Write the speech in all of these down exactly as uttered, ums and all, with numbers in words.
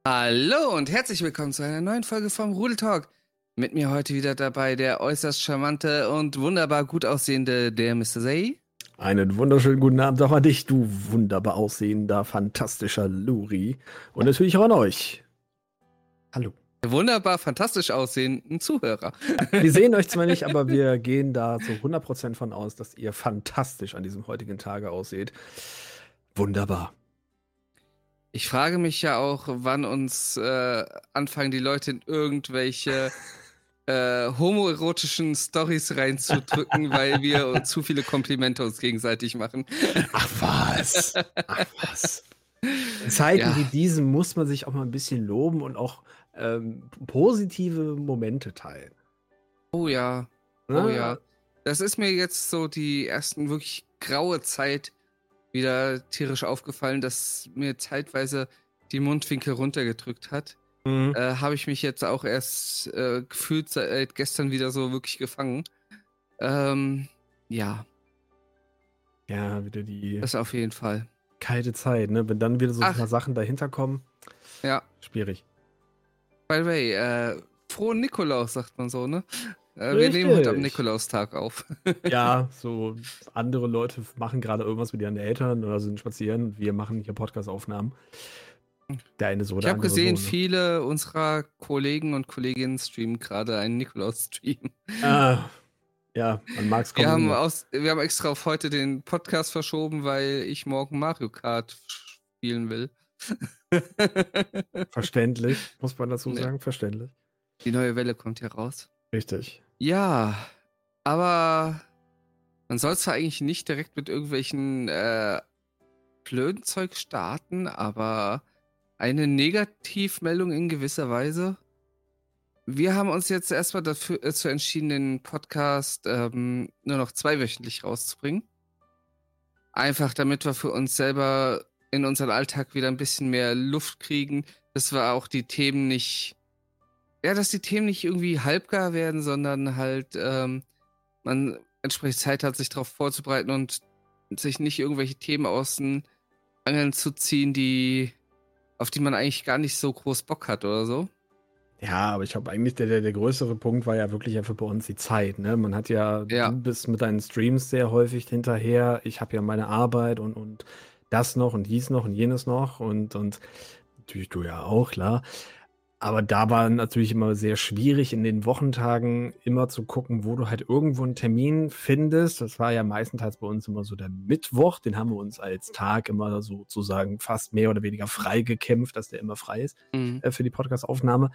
Hallo und herzlich willkommen zu einer neuen Folge vom Rudel Talk. Mit mir heute wieder dabei der äußerst charmante und wunderbar gut aussehende der Mister Zay. Einen wunderschönen guten Abend auch an dich, du wunderbar aussehender, fantastischer Luri. Und natürlich auch an euch. Hallo. Der wunderbar fantastisch aussehenden Zuhörer. Wir sehen euch zwar nicht, aber wir gehen da zu hundert Prozent von aus, dass ihr fantastisch an diesem heutigen Tage ausseht. Wunderbar. Ich frage mich ja auch, wann uns äh, anfangen die Leute in irgendwelche äh, homoerotischen Storys reinzudrücken, weil wir zu viele Komplimente uns gegenseitig machen. Ach was. Ach was. In Zeiten Ja. wie diesen muss man sich auch mal ein bisschen loben und auch ähm, positive Momente teilen. Oh ja, Na? oh ja. Das ist mir jetzt so die ersten wirklich graue Zeit wieder tierisch aufgefallen, dass mir zeitweise die Mundwinkel runtergedrückt hat. Mhm. Äh, habe ich mich jetzt auch erst äh, gefühlt seit gestern wieder so wirklich gefangen. Ähm, ja. Ja, wieder die Das auf jeden Fall. kalte Zeit, ne? Wenn dann wieder so ein Ach. paar Sachen dahinter kommen. Ja. Schwierig. By the way, äh, frohen Nikolaus, sagt man so, ne? Äh, wir nehmen heute am Nikolaustag auf. Ja, so andere Leute machen gerade irgendwas mit ihren Eltern oder sind spazieren. Wir machen hier Podcast-Aufnahmen. Der eine so, Ich der habe andere gesehen, so, ne? viele unserer Kollegen und Kolleginnen streamen gerade einen Nikolaus-Stream. Ah, ja, man mag es Wir kaum haben, sehen. aus, wir haben extra auf heute den Podcast verschoben, weil ich morgen Mario Kart spielen will. Verständlich, muss man dazu Ja. sagen, verständlich. Die neue Welle kommt ja raus. Richtig. Ja, aber man soll zwar eigentlich nicht direkt mit irgendwelchen äh, blöden Zeug starten, aber eine Negativmeldung in gewisser Weise. Wir haben uns jetzt erstmal dafür dazu entschieden, den Podcast ähm, nur noch zweiwöchentlich rauszubringen. Einfach damit wir für uns selber in unseren Alltag wieder ein bisschen mehr Luft kriegen, dass wir auch die Themen nicht, ja, dass die Themen nicht irgendwie halbgar werden, sondern halt ähm, man entsprechend Zeit hat, sich darauf vorzubereiten und sich nicht irgendwelche Themen aus den Angeln zu ziehen, die, auf die man eigentlich gar nicht so groß Bock hat oder so. Ja, aber ich glaube eigentlich, der, der, der größere Punkt war ja wirklich einfach bei uns die Zeit, ne? Man hat ja, Ja. du bist mit deinen Streams sehr häufig hinterher. Ich habe ja meine Arbeit und, und das noch und dies noch und jenes noch und, und natürlich du ja auch, klar. Aber da war natürlich immer sehr schwierig, in den Wochentagen immer zu gucken, wo du halt irgendwo einen Termin findest. Das war ja meistenteils bei uns immer so der Mittwoch. Den haben wir uns als Tag immer sozusagen fast mehr oder weniger frei gekämpft, dass der immer frei ist Mhm. äh, für die Podcast-Aufnahme.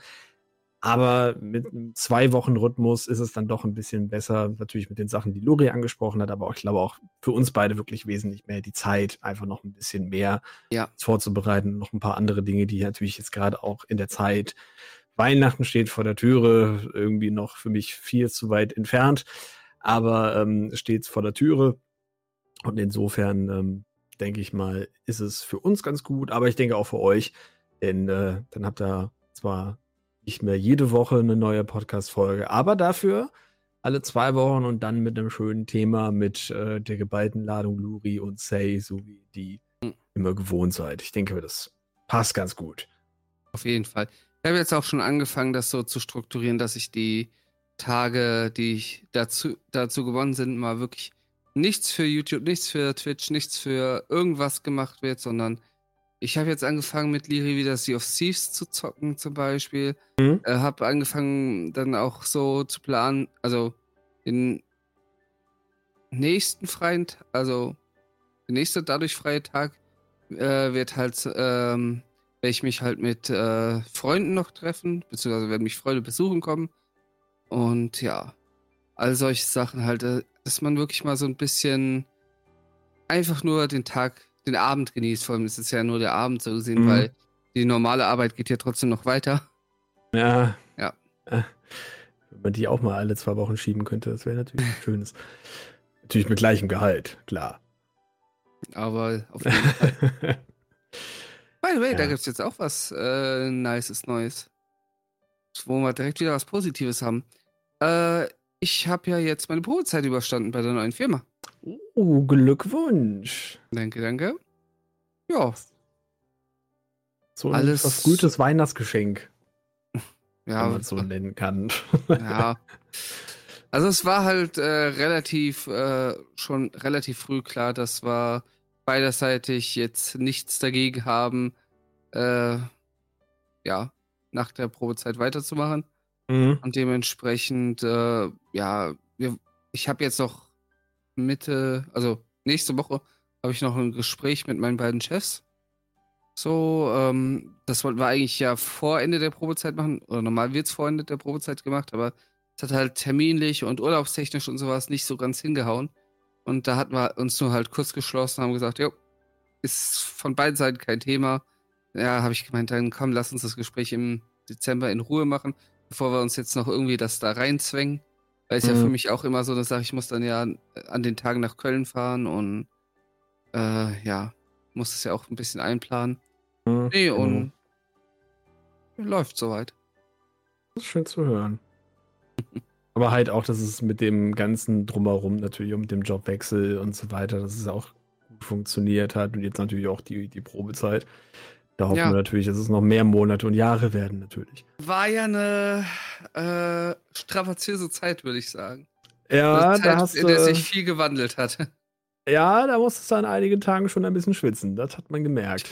Aber mit einem Zwei-Wochen-Rhythmus ist es dann doch ein bisschen besser, natürlich mit den Sachen, die Lori angesprochen hat, aber auch, ich glaube auch für uns beide wirklich wesentlich mehr die Zeit, einfach noch ein bisschen mehr Ja. vorzubereiten. Noch ein paar andere Dinge, die natürlich jetzt gerade auch in der Zeit, Weihnachten steht vor der Türe, irgendwie noch für mich viel zu weit entfernt, aber ähm, steht vor der Türe. Und insofern ähm, denke ich mal, ist es für uns ganz gut, aber ich denke auch für euch, denn äh, dann habt ihr zwar nicht mehr jede Woche eine neue Podcast-Folge, aber dafür alle zwei Wochen und dann mit einem schönen Thema mit äh, der geballten Ladung Luri und Say, so wie die Mhm. immer gewohnt seid. Ich denke, das passt ganz gut. Auf jeden Fall. Ich habe jetzt auch schon angefangen, das so zu strukturieren, dass ich die Tage, die ich dazu, dazu gewonnen sind, mal wirklich nichts für YouTube, nichts für Twitch, nichts für irgendwas gemacht wird, sondern ich habe jetzt angefangen mit Liri wieder Sea of Thieves zu zocken zum Beispiel. Mhm. Äh, habe angefangen dann auch so zu planen, also den nächsten freien, Ta- also der nächste dadurch freie Tag äh, wird halt, ähm, werde ich mich halt mit äh, Freunden noch treffen, beziehungsweise werden mich Freunde besuchen kommen. Und ja, all solche Sachen halt, äh, dass man wirklich mal so ein bisschen einfach nur den Tag, den Abend genießt. Vor allem ist es ja nur der Abend so gesehen, Mhm. weil die normale Arbeit geht ja trotzdem noch weiter. Ja. Ja. Äh, wenn man die auch mal alle zwei Wochen schieben könnte, das wäre natürlich ein schönes. Natürlich mit gleichem Gehalt, klar. Aber auf jeden Fall. By the way, Ja. da gibt es jetzt auch was äh, Nices Neues. Wo wir direkt wieder was Positives haben. Äh, ich habe ja jetzt meine Probezeit überstanden bei der neuen Firma. Oh, Glückwunsch. Danke, danke. Ja. So ein alles, verfrühtes Weihnachtsgeschenk, wenn ja, man es so nennen kann. ja. Also es war halt äh, relativ, äh, schon relativ früh klar, dass wir beiderseitig jetzt nichts dagegen haben, äh, ja, nach der Probezeit weiterzumachen. Mhm. Und dementsprechend, äh, ja, wir, ich habe jetzt noch Mitte, also nächste Woche habe ich noch ein Gespräch mit meinen beiden Chefs. So, ähm, das wollten wir eigentlich ja vor Ende der Probezeit machen. Oder normal wird es vor Ende der Probezeit gemacht, aber es hat halt terminlich und urlaubstechnisch und sowas nicht so ganz hingehauen. Und da hatten wir uns nur halt kurz geschlossen und haben gesagt, jo, ist von beiden Seiten kein Thema. Ja, habe ich gemeint, dann komm, lass uns das Gespräch im Dezember in Ruhe machen, bevor wir uns jetzt noch irgendwie das da reinzwängen. Weil es ja für Mhm. mich auch immer so eine Sache, ich muss dann ja an den Tagen nach Köln fahren und äh, ja, muss das ja auch ein bisschen einplanen. Mhm. Nee, Genau. und läuft soweit. Das ist schön zu hören. Aber halt auch, dass es mit dem ganzen Drumherum natürlich und mit dem Jobwechsel und so weiter, dass es auch gut funktioniert hat und jetzt natürlich auch die, die Probezeit. Da hoffen wir Ja, natürlich, dass es noch mehr Monate und Jahre werden, natürlich. war ja eine äh, strapaziöse Zeit, würde ich sagen. Eine Ja, da Zeit, hast in der sich du, viel gewandelt hat. ja, da musstest du an einigen Tagen schon ein bisschen schwitzen. Das hat man gemerkt.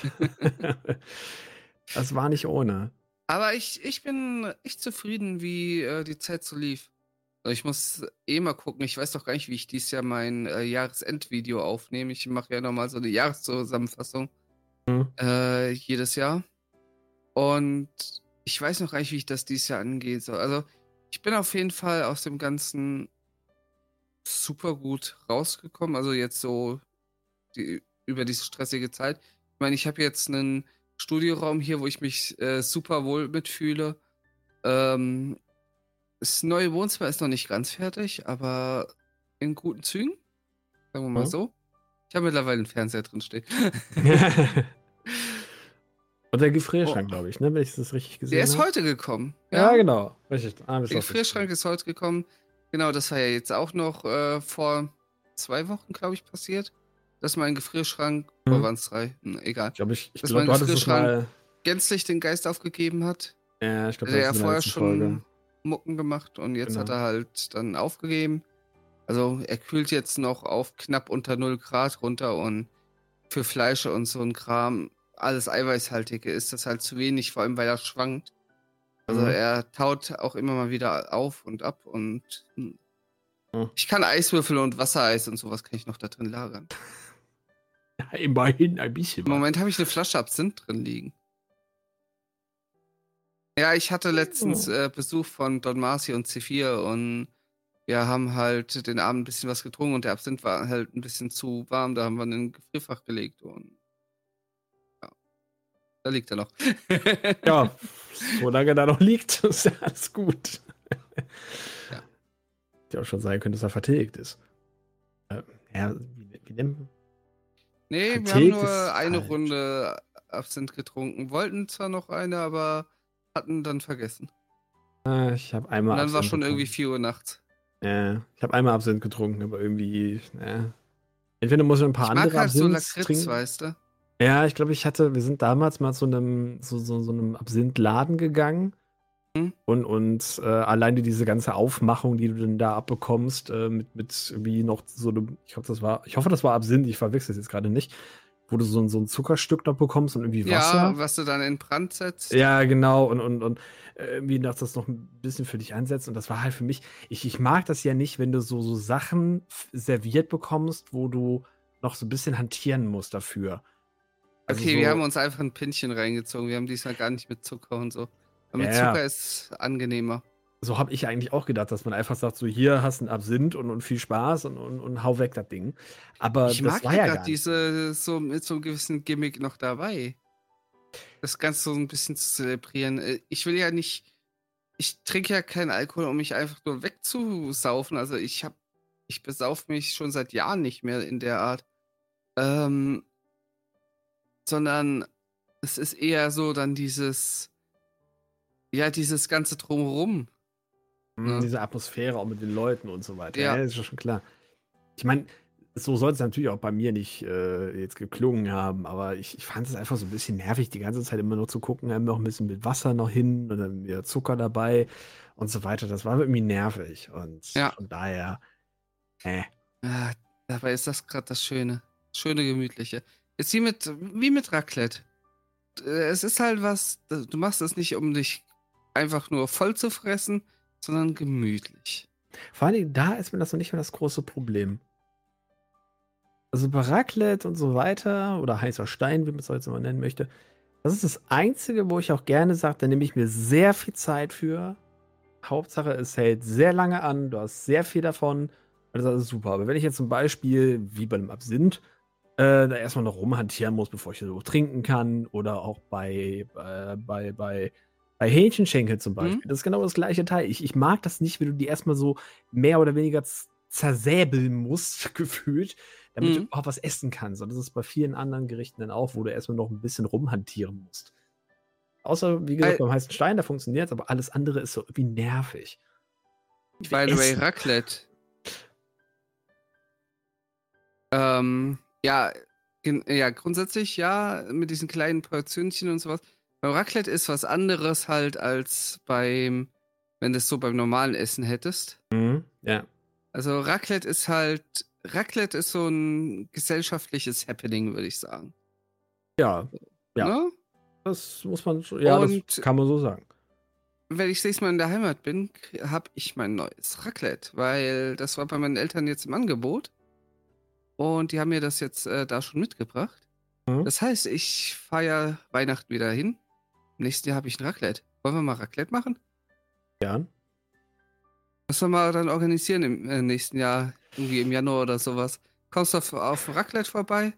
Das war nicht ohne. Aber ich, ich bin echt zufrieden, wie äh, die Zeit so lief. Also ich muss eh mal gucken. Ich weiß doch gar nicht, wie ich dieses Jahr mein äh, Jahresendvideo aufnehme. Ich mache ja nochmal so eine Jahreszusammenfassung Mhm. äh, jedes Jahr. Und ich weiß noch gar nicht, wie ich das dieses Jahr angehen soll. Also ich bin auf jeden Fall aus dem Ganzen super gut rausgekommen. Also jetzt so die, über diese stressige Zeit. Ich meine, ich habe jetzt einen Studioraum hier, wo ich mich äh, super wohl mitfühle. Ähm, das neue Wohnzimmer ist noch nicht ganz fertig, aber in guten Zügen, sagen wir mal Mhm. so. Ich habe mittlerweile einen Fernseher drin stehen. Und der Oh, Gefrierschrank, glaube ich, ne? Wenn ich das richtig der gesehen ist habe. heute gekommen, Ja, ja. genau. Richtig. Ah, bist Der auch richtig. Gefrierschrank ist heute gekommen. Genau, das war ja jetzt auch noch äh, vor zwei Wochen, glaube ich, passiert. Dass mein Gefrierschrank, oder Mhm. waren es drei? Hm, egal. Ich glaube, ich, ich Dass glaub, mein du hattest es Gefrierschrank mal. gänzlich den Geist aufgegeben hat. Ja, ich glaube, Also du er hattest ja es in der vorher letzten Folge. schon Mucken gemacht und jetzt hat Genau. er halt dann aufgegeben. Also er kühlt jetzt noch auf knapp unter null Grad runter und für Fleisch und so ein Kram, alles Eiweißhaltige, ist das halt zu wenig, vor allem weil er schwankt. Also Mhm. er taut auch immer mal wieder auf und ab und hm, Mhm. ich kann Eiswürfel und Wassereis und sowas kann ich noch da drin lagern. Ja, immerhin ein bisschen Im was. Moment habe ich eine Flasche Absinth drin liegen. Ja, ich hatte letztens Mhm. äh, Besuch von Don Marci und C vier und wir haben halt den Abend ein bisschen was getrunken und der Absinth war halt ein bisschen zu warm, da haben wir in ein Gefrierfach gelegt und ja, da liegt er noch. Ja, solange da noch liegt, ist ja alles gut. Ja. Hätte ja auch schon sein können, dass er vertilgt ist. Äh, ja, wie, wie nennt Nee, wir haben vertilgt ist nur eine falsch. Runde Absinth getrunken. Wollten zwar noch eine, aber hatten dann vergessen. Äh, ich habe einmal Und dann war Absinth schon irgendwie bekommen. vier Uhr nachts. Äh, ich habe einmal Absinth getrunken, aber irgendwie, äh, entweder muss ich ein paar Ich mag andere halt so Absinths Lakritz, trinken. weißt du? Ja, ich glaube, ich hatte, wir sind damals mal zu einem, so, so, so einem Absinth-Laden gegangen. Hm? Und, und äh, alleine diese ganze Aufmachung, die du dann da abbekommst, äh, mit, mit wie noch so einem, ich hoffe, das war, ich hoffe, das war Absinth, ich verwechsel es jetzt gerade nicht, wo du so, ein- so ein Zuckerstück noch bekommst und irgendwie Ja, Wasser. was du dann in Brand setzt. Ja, genau, und, und, und äh, irgendwie dass das noch ein bisschen für dich einsetzt. Und das war halt für mich, ich, ich mag das ja nicht, wenn du so, so Sachen f- serviert bekommst, wo du noch so ein bisschen hantieren musst dafür. Also Okay, wir haben so, uns einfach ein Pinchen reingezogen. Wir haben diesmal gar nicht mit Zucker und so. Aber ja, mit ja, Zucker ist angenehmer. so habe ich eigentlich auch gedacht, dass man einfach sagt, so hier hast du einen Absinth und, und viel Spaß und, und, und hau weg das Ding. Aber Ich das mag war ja ja gerade gar nicht so. diese, so mit so einem gewissen Gimmick noch dabei. Das Ganze so ein bisschen zu zelebrieren. Äh, Ich will ja nicht, ich trinke ja keinen Alkohol, um mich einfach nur wegzusaufen. Also ich hab, ich besauf mich schon seit Jahren nicht mehr in der Art. Ähm, sondern es ist eher so dann dieses, ja, dieses ganze Drumherum. Hm, Ne? diese Atmosphäre auch mit den Leuten und so weiter. Ja, Ja, ist ja schon klar. Ich meine, So soll es natürlich auch bei mir nicht äh, jetzt geklungen haben, aber ich, ich fand es einfach so ein bisschen nervig, die ganze Zeit immer nur zu gucken, dann noch ein bisschen mit Wasser noch hin und dann wieder Zucker dabei und so weiter. Das war irgendwie nervig und Ja. von daher, äh. Ah, dabei ist das gerade das Schöne. Das schöne, gemütliche. Jetzt wie mit, wie mit Raclette. Äh, Es ist halt was, du machst es nicht, um dich einfach nur voll zu fressen, sondern gemütlich. Vor allen Dingen, da ist mir das noch nicht mehr das große Problem. Also bei Raclette und so weiter oder heißer Stein, wie man es jetzt immer nennen möchte, das ist das Einzige, wo ich auch gerne sage, da nehme ich mir sehr viel Zeit für. Hauptsache, es hält sehr lange an, du hast sehr viel davon. Das ist alles super. Aber wenn ich jetzt zum Beispiel, wie bei einem Absinth, äh, da erstmal noch rumhantieren muss, bevor ich so trinken kann, oder auch bei, äh, bei, bei, bei Hähnchenschenkel zum Beispiel, Mhm. das ist genau das gleiche Teil. Ich, ich mag das nicht, wenn du die erstmal so mehr oder weniger z- zersäbeln musst, gefühlt, damit du Mhm. überhaupt was essen kannst. Und das ist bei vielen anderen Gerichten dann auch, wo du erstmal noch ein bisschen rumhantieren musst. Außer, wie gesagt, By, beim heißen Stein, da funktioniert es, aber alles andere ist so irgendwie nervig. Ich will by the way, essen. Raclette. Ähm, ja, gen- ja, grundsätzlich ja, mit diesen kleinen Portionchen und sowas. Beim Raclette ist was anderes halt als beim, wenn du es so beim normalen Essen hättest. Mhm, ja. Also Raclette ist halt, Raclette ist so ein gesellschaftliches Happening, würde ich sagen. Ja, ja, Ne? das muss man, so- ja, das Und kann man so sagen. wenn ich das nächste Mal in der Heimat bin, habe ich mein neues Raclette, weil das war bei meinen Eltern jetzt im Angebot und die haben mir das jetzt äh, da schon mitgebracht. Mhm. Das heißt, ich feiere Weihnachten wieder hin. Im nächsten Jahr habe ich ein Raclette. Wollen wir mal Raclette machen? Ja. Was wir mal dann organisieren im äh, nächsten Jahr, irgendwie im Januar oder sowas. Kommst du auf, auf Raclette vorbei?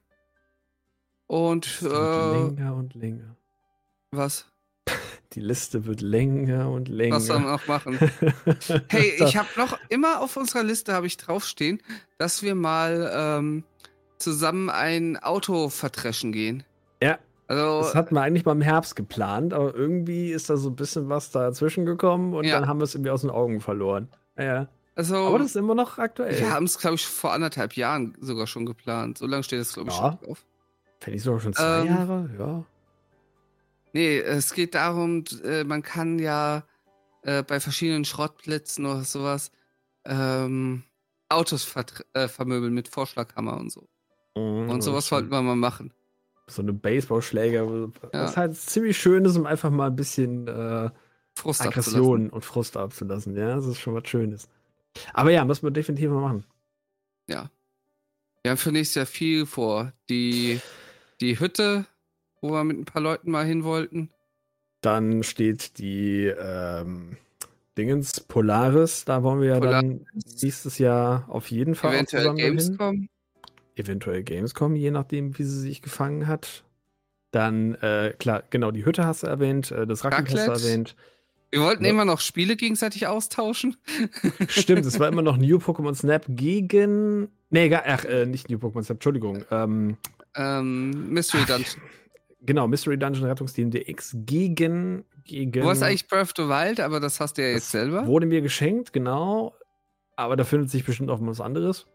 Und Die Liste wird äh, länger und länger. was? Die Liste wird länger und Was sollen wir länger. noch machen? Hey, ich habe noch immer auf unserer Liste habe ich draufstehen, dass wir mal ähm, zusammen ein Auto vertreschen gehen. Ja, Also, das hatten wir eigentlich mal im Herbst geplant, aber irgendwie ist da so ein bisschen was dazwischen gekommen und ja, dann haben wir es irgendwie aus den Augen verloren. Ja, ja. Aber also das ist immer noch aktuell. wir haben es, glaube ich, vor anderthalb Jahren sogar schon geplant. So lange steht es, glaube ich, Ja. schon drauf. Fände ich sogar schon zwei Ähm, Jahre, ja. Nee, es geht darum, äh, man kann ja äh, bei verschiedenen Schrottplätzen oder sowas ähm, Autos vertr- äh, vermöbeln mit Vorschlaghammer und so. Mhm, Und sowas wollten wir mal machen. so eine Baseballschläger, was Ja, halt ziemlich schön ist, um einfach mal ein bisschen äh, Frust abzulassen. Aggression und Frust abzulassen. Ja, das ist schon was Schönes. Aber ja, müssen wir definitiv mal machen. Ja. Wir haben für nächstes Jahr viel vor. Die, die Hütte, wo wir mit ein paar Leuten mal hin wollten. Dann steht die ähm, Dingens Polaris, da wollen wir ja dann Polaris. nächstes Jahr auf jeden Fall auch Eventuell zusammen dann hin. Gamescom. Eventuell Gamescom, je nachdem, wie sie sich gefangen hat. Dann, äh, klar, genau, die Hütte hast du erwähnt, äh, das Raclette hast du Raclette. erwähnt. Wir wollten Ja. immer noch Spiele gegenseitig austauschen. Stimmt, es war immer noch New Pokémon Snap gegen. Nee, gar, ach, äh, nicht New Pokémon Snap, Entschuldigung. Ähm, ähm, Mystery ach, Dungeon. Genau, Mystery Dungeon Rettungsteam D X gegen. gegen Du warst eigentlich Breath of the Wild, aber das hast du ja jetzt das selber. wurde mir geschenkt, genau. Aber da findet sich bestimmt auch was anderes.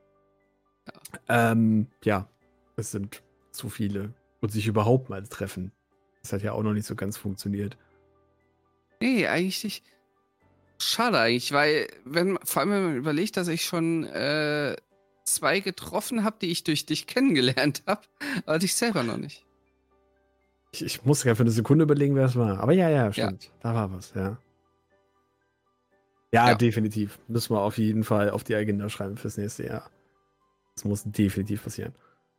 Ja. Ähm, ja, es sind zu viele. Und sich überhaupt mal treffen. Das hat ja auch noch nicht so ganz funktioniert. Nee, eigentlich nicht. Schade eigentlich, weil, wenn, vor allem wenn man überlegt, dass ich schon äh, zwei getroffen habe, die ich durch dich kennengelernt habe, aber dich selber noch nicht. Ich, ich musste gerade für eine Sekunde überlegen, wer es war. Aber ja, ja, stimmt. Ja. Da war was, ja. ja. Ja, definitiv. Müssen wir auf jeden Fall auf die Agenda schreiben fürs nächste Jahr. Das muss definitiv passieren.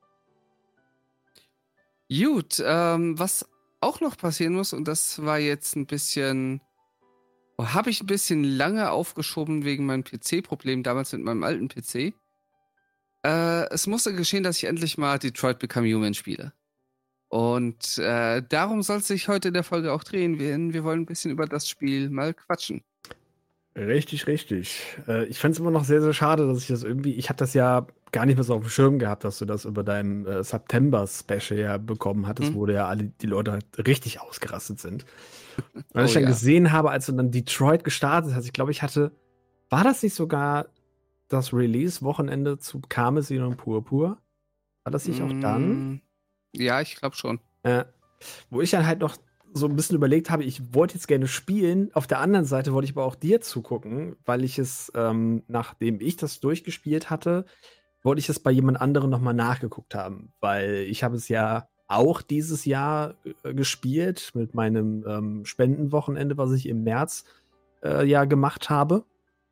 Gut, ähm, was auch noch passieren muss, und das war jetzt ein bisschen, oh, habe ich ein bisschen lange aufgeschoben wegen meinem P C-Problem damals mit meinem alten P C. Äh, es musste geschehen, dass ich endlich mal Detroit Become Human spiele. Und äh, darum soll es sich heute in der Folge auch drehen. Wir, wir wollen ein bisschen über das Spiel mal quatschen. Richtig, richtig. Äh, ich fand es immer noch sehr, sehr schade, dass ich das irgendwie, ich habe das ja gar nicht mehr so auf dem Schirm gehabt, dass du das über deinem äh, September-Special ja bekommen hattest, hm. wo ja alle die Leute halt richtig ausgerastet sind. Und als oh, ich dann ja. gesehen habe, als du dann Detroit gestartet hast, ich glaube, ich hatte, war das nicht sogar das Release-Wochenende zu Karmesin und Purpur. War das nicht auch dann? Mm, ja, ich glaube schon. Äh, wo ich dann halt noch so ein bisschen überlegt habe, ich wollte jetzt gerne spielen. Auf der anderen Seite wollte ich aber auch dir zugucken, weil ich es, ähm, nachdem ich das durchgespielt hatte, wollte ich es bei jemand anderem nochmal nachgeguckt haben. Weil ich habe es ja auch dieses Jahr äh, gespielt mit meinem ähm, Spendenwochenende, was ich im März äh, ja gemacht habe.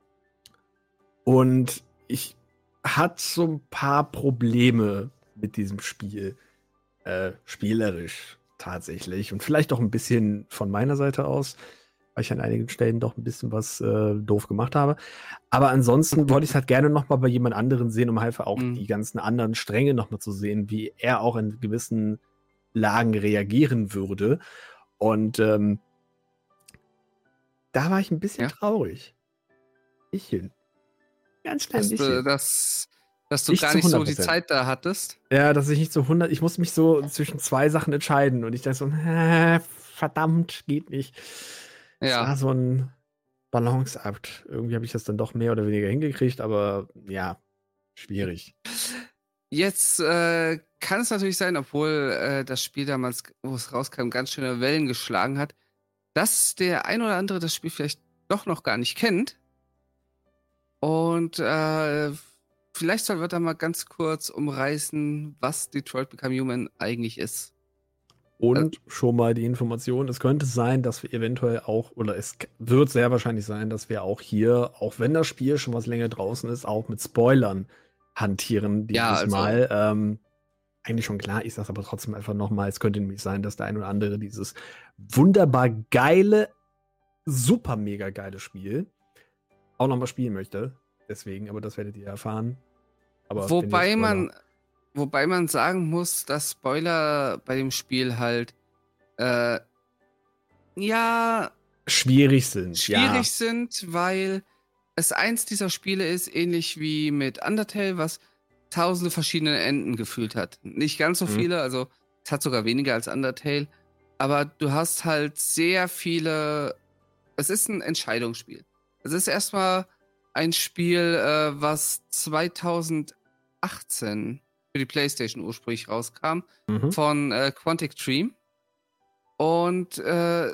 Und ich hatte so ein paar Probleme mit diesem Spiel. Äh, spielerisch tatsächlich. Und vielleicht auch ein bisschen von meiner Seite aus, weil ich an einigen Stellen doch ein bisschen was äh, doof gemacht habe. Aber ansonsten wollte ich es halt gerne noch mal bei jemand anderen sehen, um halt auch Mm. die ganzen anderen Stränge noch mal zu sehen, wie er auch in gewissen Lagen reagieren würde. Und ähm, da war ich ein bisschen Ja. traurig. Bisschen. Ganz klein Dass du, bisschen. dass, dass du Nicht gar zu nicht so die hundert Prozent. Zeit da hattest. Ja, dass ich nicht so hundert, ich muss mich so zwischen zwei Sachen entscheiden und ich dachte so, äh, verdammt, geht nicht. Es Ja. war so ein Balanceakt. Irgendwie habe ich das dann doch mehr oder weniger hingekriegt, aber ja, schwierig. Jetzt äh, kann es natürlich sein, obwohl äh, das Spiel damals, wo es rauskam, ganz schöne Wellen geschlagen hat, dass der ein oder andere das Spiel vielleicht doch noch gar nicht kennt. Und äh, vielleicht soll wir da mal ganz kurz umreißen, was Detroit Become Human eigentlich ist. Und schon mal die Information, es könnte sein, dass wir eventuell auch, oder es k- wird sehr wahrscheinlich sein, dass wir auch hier, auch wenn das Spiel schon was länger draußen ist, auch mit Spoilern hantieren Ja, dieses also- Mal. Ähm, eigentlich schon klar, ich sag's aber trotzdem einfach nochmal, es könnte nämlich sein, dass der ein oder andere dieses wunderbar geile, super mega geile Spiel auch nochmal spielen möchte. Deswegen, aber das werdet ihr erfahren. Aber wenn ihr Wobei Spoiler- man, wobei man sagen muss, dass Spoiler bei dem Spiel halt äh, ja schwierig sind. schwierig ja. sind, weil es eins dieser Spiele ist, ähnlich wie mit Undertale, was tausende verschiedene Enden gefühlt hat. Nicht ganz so Mhm. viele, also es hat sogar weniger als Undertale, aber du hast halt sehr viele. Es ist ein Entscheidungsspiel. Es ist erstmal ein Spiel, äh, was zweitausendachtzehn für die PlayStation ursprünglich rauskam, Mhm. von äh, Quantic Dream. Und äh,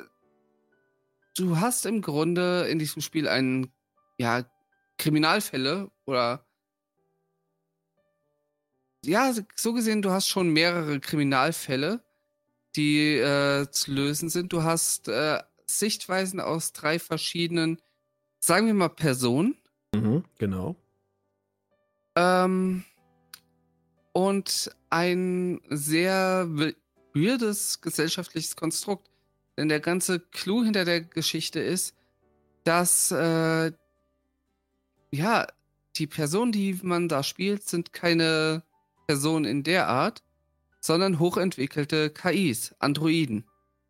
du hast im Grunde in diesem Spiel einen, ja, Kriminalfälle oder ja, so gesehen, du hast schon mehrere Kriminalfälle, die äh, zu lösen sind. Du hast äh, Sichtweisen aus drei verschiedenen, sagen wir mal, Personen. Mhm. Genau. Ähm, und ein sehr wi- weirdes gesellschaftliches Konstrukt. Denn der ganze Clou hinter der Geschichte ist, dass äh, ja, die Personen, die man da spielt, sind keine Personen in der Art, sondern hochentwickelte K Is, Androiden.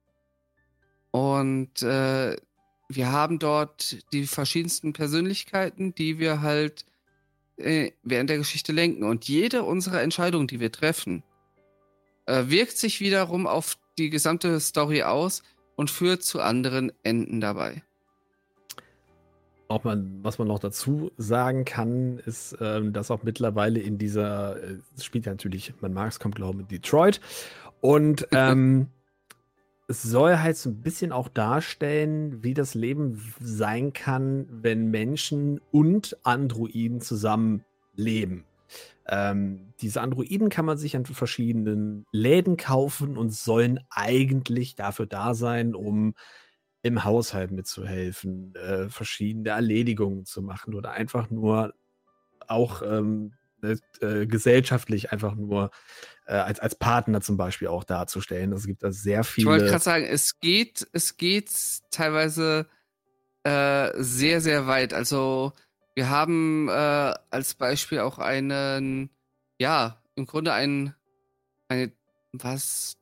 Und äh, wir haben dort die verschiedensten Persönlichkeiten, die wir halt äh, während der Geschichte lenken. Und jede unserer Entscheidungen, die wir treffen, äh, wirkt sich wiederum auf die gesamte Story aus und führt zu anderen Enden dabei. Auch man, was man noch dazu sagen kann, ist, ähm, dass auch mittlerweile in dieser, äh, es spielt ja natürlich, man mag es, kommt glaube ich mit Detroit. Und ähm, es soll halt so ein bisschen auch darstellen, wie das Leben w- sein kann, wenn Menschen und Androiden zusammen leben. Ähm, diese Androiden kann man sich an verschiedenen Läden kaufen und sollen eigentlich dafür da sein, um im Haushalt mitzuhelfen, äh, verschiedene Erledigungen zu machen oder einfach nur auch ähm, ne, äh, gesellschaftlich einfach nur äh, als, als Partner zum Beispiel auch darzustellen. Es gibt da sehr Ich wollte viele. gerade sagen, es geht, es geht teilweise äh, sehr, sehr weit. Also wir haben äh, als Beispiel auch einen, ja, im Grunde ein, eine, was,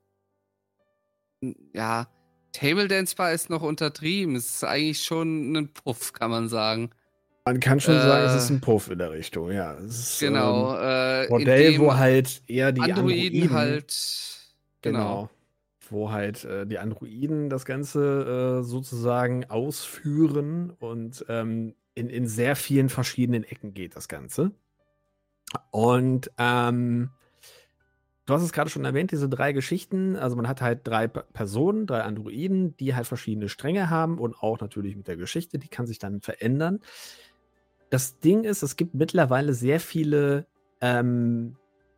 ja, Table Dance Bar ist noch untertrieben. Es ist eigentlich schon ein Puff, kann man sagen. Man kann schon sagen, es ist Äh, ein Puff in der Richtung, ja. Es ist ähm, genau. Äh, in Bordell, wo dem halt eher die Androiden Androiden, halt, genau. genau, wo halt äh, die Androiden das Ganze äh, sozusagen ausführen und ähm, in, in sehr vielen verschiedenen Ecken geht das Ganze. Und ähm, du hast es gerade schon erwähnt, diese drei Geschichten. Also man hat halt drei P- Personen, drei Androiden, die halt verschiedene Stränge haben und auch natürlich mit der Geschichte, die kann sich dann verändern. Das Ding ist, es gibt mittlerweile sehr viele ähm,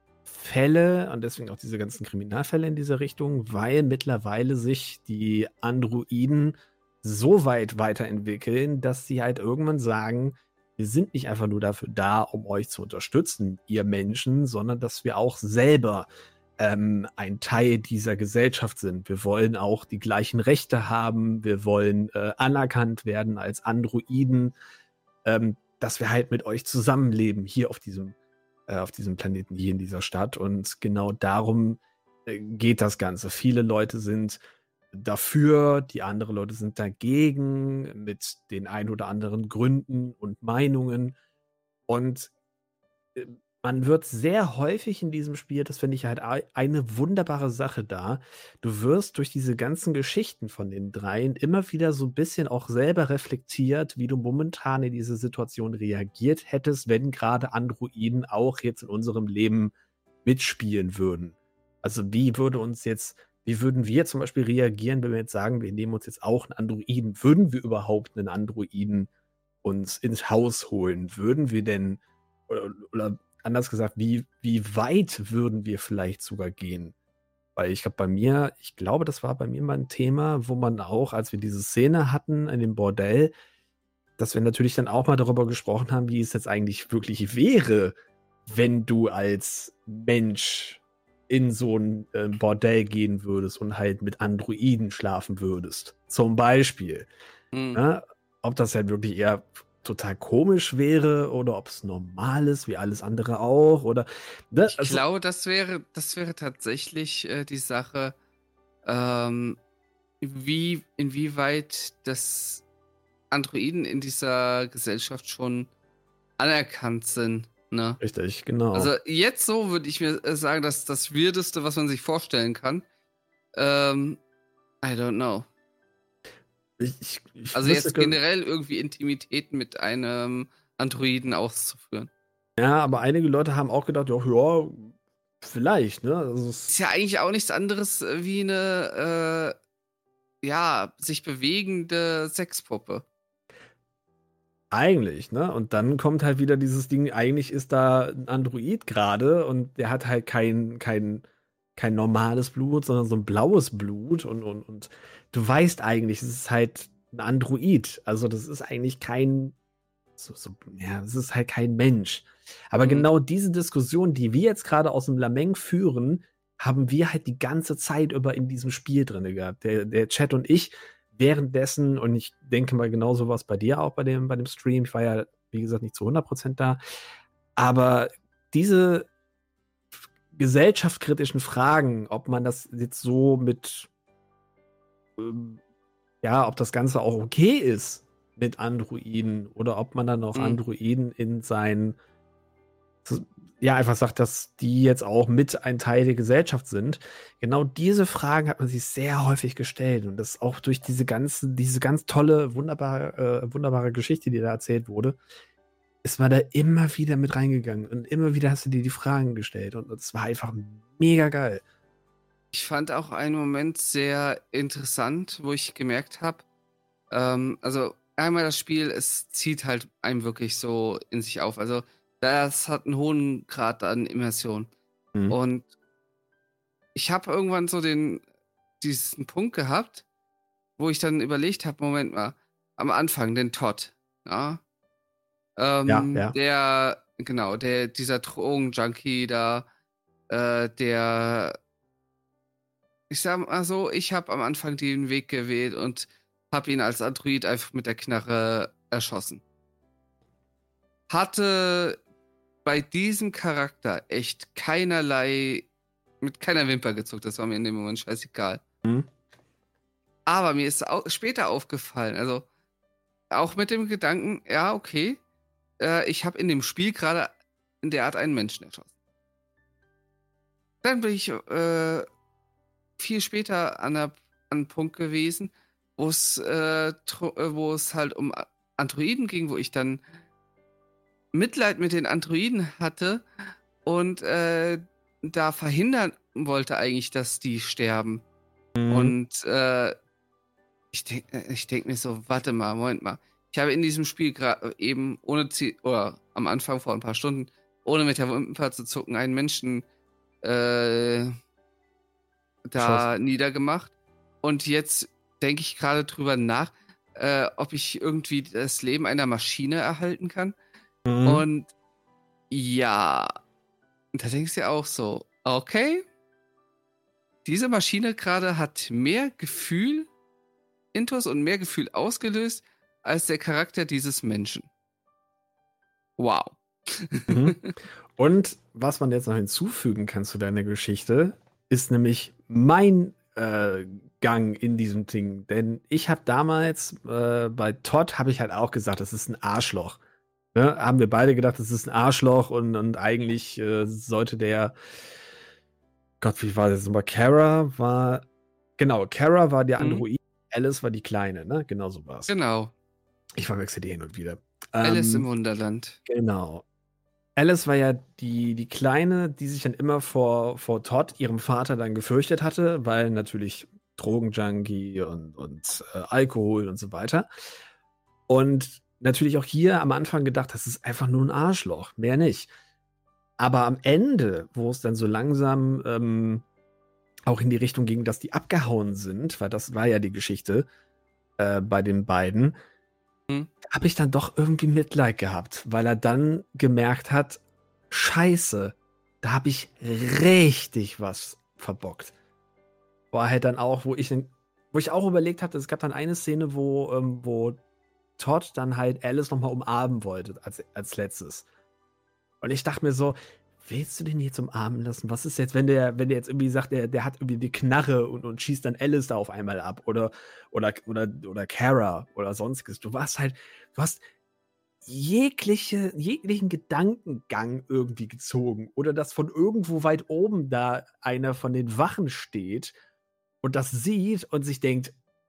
Fälle und deswegen auch diese ganzen Kriminalfälle in diese Richtung, weil mittlerweile sich die Androiden so weit weiterentwickeln, dass sie halt irgendwann sagen, wir sind nicht einfach nur dafür da, um euch zu unterstützen, ihr Menschen, sondern dass wir auch selber ähm, ein Teil dieser Gesellschaft sind. Wir wollen auch die gleichen Rechte haben, wir wollen äh, anerkannt werden als Androiden, ähm, dass wir halt mit euch zusammenleben hier auf diesem, äh, auf diesem Planeten, hier in dieser Stadt. Und genau darum äh, geht das Ganze. Viele Leute sind dafür, die anderen Leute sind dagegen, mit den ein oder anderen Gründen und Meinungen. Und äh, man wird sehr häufig in diesem Spiel, das finde ich halt ei- eine wunderbare Sache da, du wirst durch diese ganzen Geschichten von den dreien immer wieder so ein bisschen auch selber reflektiert, wie du momentan in diese Situation reagiert hättest, wenn gerade Androiden auch jetzt in unserem Leben mitspielen würden. Also wie würde uns jetzt, wie würden wir zum Beispiel reagieren, wenn wir jetzt sagen, wir nehmen uns jetzt auch einen Androiden? Würden wir überhaupt einen Androiden uns ins Haus holen? Würden wir denn, oder, oder anders gesagt, wie, wie weit würden wir vielleicht sogar gehen? Weil ich glaube, bei mir, ich glaube, das war bei mir mal ein Thema, wo man auch, als wir diese Szene hatten in dem Bordell, dass wir natürlich dann auch mal darüber gesprochen haben, wie es jetzt eigentlich wirklich wäre, wenn du als Mensch in so ein äh, Bordell gehen würdest und halt mit Androiden schlafen würdest. Zum Beispiel. Hm. Ne? Ob das halt wirklich eher total komisch wäre oder ob es normal ist, wie alles andere auch. Oder, ne? Ich Also, glaube, das wäre, das wäre tatsächlich äh, die Sache, ähm, wie, inwieweit das Androiden in dieser Gesellschaft schon anerkannt sind. Ne? richtig, genau. Also jetzt so würde ich mir äh, sagen, dass das Weirdeste, was man sich vorstellen kann. Ähm, I don't know. Ich, ich, ich Also wüsste, jetzt ge- generell irgendwie Intimität mit einem Androiden auszuführen. ja, aber einige Leute haben auch gedacht, ja, ja, vielleicht, ne? Also Ist es, ja eigentlich auch nichts anderes äh, wie eine, äh, ja, sich bewegende Sexpuppe. eigentlich, ne? Und dann kommt halt wieder dieses Ding, eigentlich ist da ein Android gerade und der hat halt kein, kein, kein normales Blut, sondern so ein blaues Blut und, und, und du weißt eigentlich, es ist halt ein Android. Also das ist eigentlich kein, so, so, ja, es ist halt kein Mensch. Aber Mhm. genau diese Diskussion, die wir jetzt gerade aus dem Lameng führen, haben wir halt die ganze Zeit über in diesem Spiel drin gehabt. Der, der Chat und ich währenddessen, und ich denke mal genauso was bei dir auch bei dem, bei dem Stream. Ich war ja, wie gesagt, nicht zu hundert Prozent da. Aber diese gesellschaftskritischen Fragen, ob man das jetzt so mit, ähm, ja, ob das Ganze auch okay ist mit Androiden oder ob man dann auch Mhm. Androiden in sein, ja, einfach sagt, dass die jetzt auch mit ein Teil der Gesellschaft sind. Genau diese Fragen hat man sich sehr häufig gestellt und das auch durch diese ganze, diese ganz tolle, wunderbare, äh, wunderbare Geschichte, die da erzählt wurde, ist man da immer wieder mit reingegangen und immer wieder hast du dir die Fragen gestellt und es war einfach mega geil. Ich fand auch einen Moment sehr interessant, wo ich gemerkt habe, ähm, also einmal das Spiel, es zieht halt einem wirklich so in sich auf. Also das hat einen hohen Grad an Immersion. Mhm. Und ich habe irgendwann so den, diesen Punkt gehabt, wo ich dann überlegt habe, Moment mal, am Anfang, den Todd, ja, Ja, ähm, ja. der, genau, der, dieser Drogenjunkie da, äh, der, ich sag mal so, ich habe am Anfang den Weg gewählt und habe ihn als Android einfach mit der Knarre erschossen. Hatte bei diesem Charakter echt keinerlei, mit keiner Wimper gezuckt, das war mir in dem Moment scheißegal. Mhm. Aber mir ist au später aufgefallen, also auch mit dem Gedanken, ja, okay, äh, ich habe in dem Spiel gerade in der Art einen Menschen erschossen. Dann bin ich äh, viel später an, der, an einem Punkt gewesen, wo es äh, tro- äh, wo es halt um Androiden ging, wo ich dann Mitleid mit den Androiden hatte und äh, da verhindern wollte eigentlich, dass die sterben. Mhm. Und äh, ich denke ich denk mir so, warte mal, Moment mal. Ich habe in diesem Spiel gerade eben ohne Ziel, oder am Anfang vor ein paar Stunden, ohne mit der Wimper zu zucken, einen Menschen äh, Geschossen. da niedergemacht. Und jetzt denke ich gerade drüber nach, äh, ob ich irgendwie das Leben einer Maschine erhalten kann. Mhm. Und ja, da denkst du ja auch so, okay, diese Maschine gerade hat mehr Gefühl intus und mehr Gefühl ausgelöst als der Charakter dieses Menschen. Wow. Mhm. Und was man jetzt noch hinzufügen kann zu deiner Geschichte, ist nämlich mein äh, Gang in diesem Ding. Denn ich habe damals äh, bei Todd habe ich halt auch gesagt, das ist ein Arschloch. Ne? Haben wir beide gedacht, das ist ein Arschloch und, und eigentlich äh, sollte der Gott, wie war das nochmal? Kara war genau, Kara war der Mhm. Android, Alice war die Kleine, ne? Genau so war's. Genau. Ich verwechsel die hin und wieder. Alice im Ähm, Wunderland. genau. Alice war ja die, die Kleine, die sich dann immer vor, vor Todd, ihrem Vater, dann gefürchtet hatte, weil natürlich Drogenjunkie und, und äh, Alkohol und so weiter. Und natürlich auch hier am Anfang gedacht, das ist einfach nur ein Arschloch, mehr nicht. Aber am Ende, wo es dann so langsam ähm, auch in die Richtung ging, dass die abgehauen sind, weil das war ja die Geschichte äh, bei den beiden, Hm. habe ich dann doch irgendwie Mitleid gehabt, weil er dann gemerkt hat, Scheiße, da habe ich richtig was verbockt. War halt dann auch, wo ich, wo ich auch überlegt habe, es gab dann eine Szene, wo, ähm, wo Todd dann halt Alice nochmal umarmen wollte, als, als letztes. Und ich dachte mir so, willst du den jetzt umarmen lassen? Was ist jetzt, wenn der, wenn der jetzt irgendwie sagt, der, der hat irgendwie die Knarre und, und schießt dann Alice da auf einmal ab oder, oder, oder, oder Kara oder sonstiges. Du warst halt, du hast jegliche, jeglichen Gedankengang irgendwie gezogen oder dass von irgendwo weit oben da einer von den Wachen steht und das sieht und sich denkt,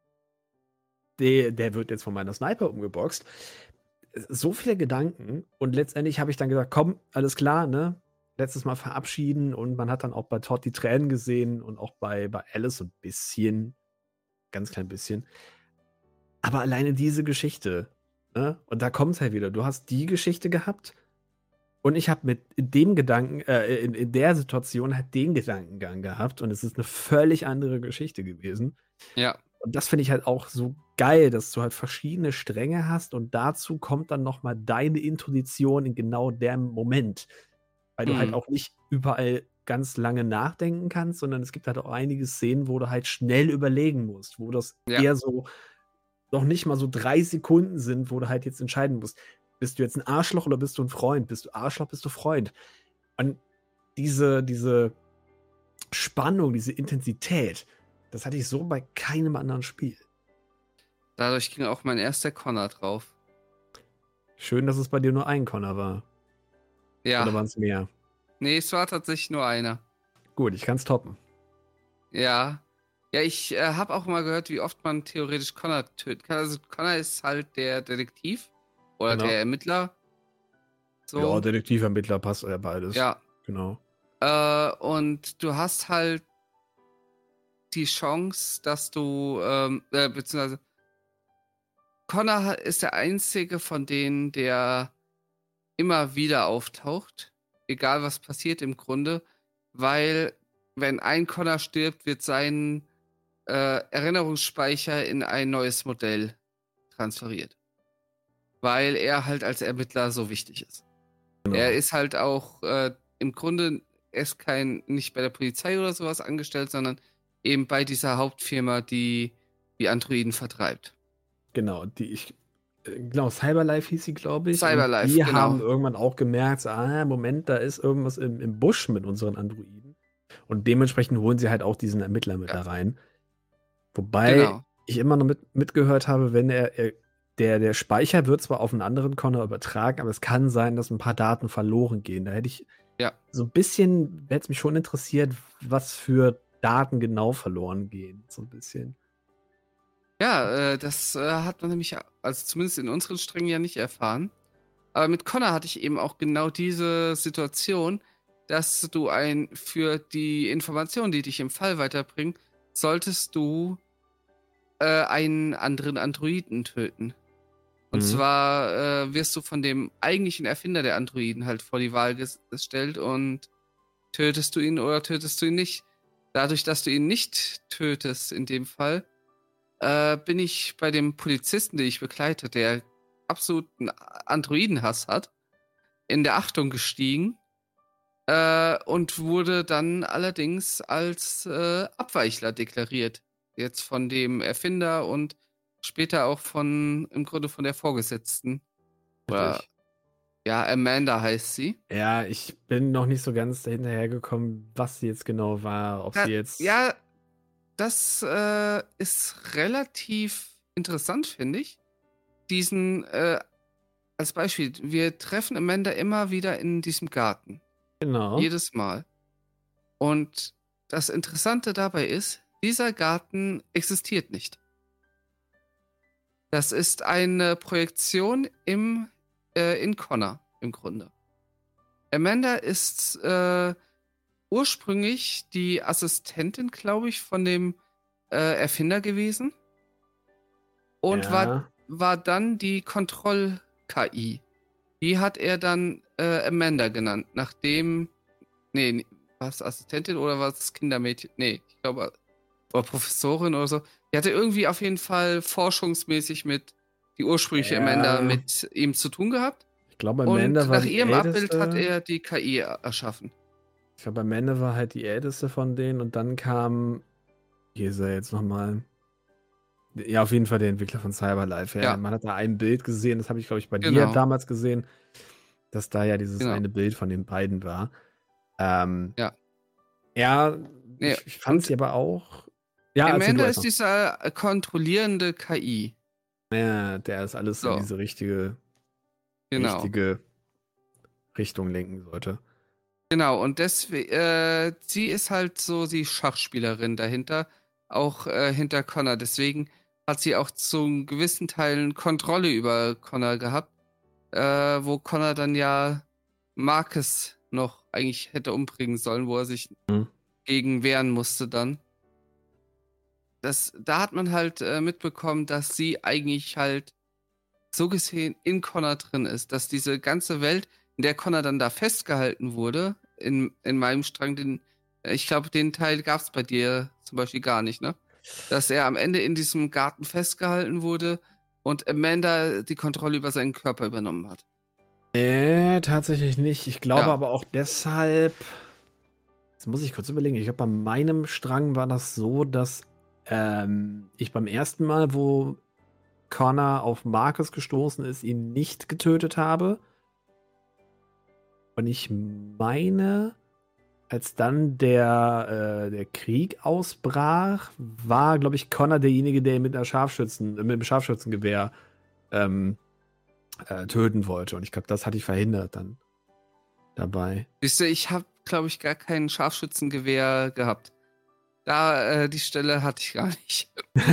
der, der wird jetzt von meiner Sniper umgeboxt. So viele Gedanken und letztendlich habe ich dann gesagt, komm, alles klar, ne? Letztes Mal verabschieden und man hat dann auch bei Todd die Tränen gesehen und auch bei, bei Alice so ein bisschen, ganz klein bisschen. Aber alleine diese Geschichte, ne? Und da kommt es halt wieder. Du hast die Geschichte gehabt und ich habe mit dem Gedanken, äh, in, in der Situation halt den Gedankengang gehabt und es ist eine völlig andere Geschichte gewesen. Ja. Und das finde ich halt auch so geil, dass du halt verschiedene Stränge hast und dazu kommt dann noch mal deine Intuition in genau dem Moment. Weil du halt Hm. auch nicht überall ganz lange nachdenken kannst, sondern es gibt halt auch einige Szenen, wo du halt schnell überlegen musst, wo das Ja. eher so noch nicht mal so drei Sekunden sind, wo du halt jetzt entscheiden musst, bist du jetzt ein Arschloch oder bist du ein Freund? Bist du Arschloch, bist du Freund? Und diese, diese Spannung, diese Intensität, das hatte ich so bei keinem anderen Spiel. Dadurch ging auch mein erster Connor drauf. Schön, dass es bei dir nur ein Connor war. Ja. Oder waren es mehr? Nee, es war tatsächlich nur einer. Gut, ich kann es toppen. Ja. Ja, ich äh, habe auch mal gehört, wie oft man theoretisch Connor töten kann. Also Connor ist halt der Detektiv oder Genau. der Ermittler. So. Ja, Detektivermittler passt ja beides. Ja. Genau. Äh, und du hast halt die Chance, dass du, ähm, äh, beziehungsweise Connor ist der einzige von denen, der immer wieder auftaucht, egal was passiert im Grunde, weil wenn ein Connor stirbt, wird sein äh, Erinnerungsspeicher in ein neues Modell transferiert. Weil er halt als Ermittler so wichtig ist. Genau. Er ist halt auch äh, im Grunde, er ist kein, nicht bei der Polizei oder sowas angestellt, sondern eben bei dieser Hauptfirma, die die Androiden vertreibt. Genau, die ich, äh, genau, Cyberlife hieß sie, glaube ich. Cyberlife, und die genau. haben irgendwann auch gemerkt, so, ah, Moment, da ist irgendwas im, im Busch mit unseren Androiden. Und dementsprechend holen sie halt auch diesen Ermittler mit Ja. da rein. Wobei Genau. ich immer noch mit, mitgehört habe, wenn er, er der, der Speicher wird zwar auf einen anderen Connor übertragen, aber es kann sein, dass ein paar Daten verloren gehen. Da hätte ich Ja. so ein bisschen, hätte es mich schon interessiert, was für Daten genau verloren gehen. So ein bisschen. Ja, äh, das äh, hat man nämlich, also zumindest in unseren Strängen ja nicht erfahren. Aber mit Connor hatte ich eben auch genau diese Situation, dass du ein für die Informationen, die dich im Fall weiterbringen, solltest du äh, einen anderen Androiden töten. Und Mhm. zwar äh, wirst du von dem eigentlichen Erfinder der Androiden halt vor die Wahl ges- gestellt und tötest du ihn oder tötest du ihn nicht. Dadurch, dass du ihn nicht tötest in dem Fall, äh, bin ich bei dem Polizisten, den ich begleite, der absoluten Androidenhass hat, in der Achtung gestiegen äh, und wurde dann allerdings als äh, Abweichler deklariert. Jetzt von dem Erfinder und später auch von, im Grunde von der Vorgesetzten. Oder, Richtig. ja, Amanda heißt sie. Ja, ich bin noch nicht so ganz hinterhergekommen, was sie jetzt genau war. Ob Da, sie jetzt. ja, das äh, ist relativ interessant, finde ich. Diesen, äh, als Beispiel, wir treffen Amanda immer wieder in diesem Garten. Genau. Jedes Mal. Und das Interessante dabei ist, dieser Garten existiert nicht. Das ist eine Projektion im, äh, in Connor, im Grunde. Amanda ist äh, ursprünglich die Assistentin, glaube ich, von dem äh, Erfinder gewesen und war, Ja. war dann die Kontroll-K I. Die hat er dann äh, Amanda genannt, nachdem. Nee, war es Assistentin oder war es Kindermädchen? Nee, ich glaube, oder Professorin oder so. Die hatte irgendwie auf jeden Fall forschungsmäßig mit die ursprüngliche Amanda Ja. mit ihm zu tun gehabt. Ich glaube, Amanda Und war nach die ihrem Abbild hat älteste. er die K I erschaffen. Ich glaube, Amanda war halt die älteste von denen und dann kam. Hier ist er jetzt nochmal. Ja, auf jeden Fall der Entwickler von Cyberlife. Ja, Ja, man hat da ein Bild gesehen, das habe ich, glaube ich, bei dir genau, damals gesehen, dass da ja dieses genau. eine Bild von den beiden war. Ähm, Ja. ja, Nee, ich, ich fand und sie aber auch. Ja, erzähl du Amanda ist erstmal. dieser äh, kontrollierende K I. Ja, der ist alles in So, diese richtige, genau. richtige Richtung lenken sollte. Genau, und deswegen, äh, sie ist halt so die Schachspielerin dahinter, auch äh, hinter Connor. Deswegen hat sie auch zu gewissen Teilen Kontrolle über Connor gehabt, äh, wo Connor dann ja Marcus noch eigentlich hätte umbringen sollen, wo er sich Hm. gegen wehren musste dann. Das, da hat man halt äh, mitbekommen, dass sie eigentlich halt so gesehen in Connor drin ist, dass diese ganze Welt, in der Connor dann da festgehalten wurde, in, in meinem Strang, den, äh, ich glaube, den Teil gab es bei dir zum Beispiel gar nicht, ne? Dass er am Ende in diesem Garten festgehalten wurde und Amanda die Kontrolle über seinen Körper übernommen hat. Nee, tatsächlich nicht. Ich glaube Ja, aber auch deshalb. Jetzt muss ich kurz überlegen. Ich glaube, bei meinem Strang war das so, dass ähm, ich beim ersten Mal, wo Connor auf Marcus gestoßen ist, ihn nicht getötet habe. Und ich meine, als dann der, äh, der Krieg ausbrach, war, glaube ich, Connor derjenige, der ihn mit einer Scharfschützen, mit einem Scharfschützengewehr ähm, äh, töten wollte. Und ich glaube, das hatte ich verhindert dann dabei. siehst du, ich habe, glaube ich, gar kein Scharfschützengewehr gehabt. Da, äh, die Stelle hatte ich gar nicht.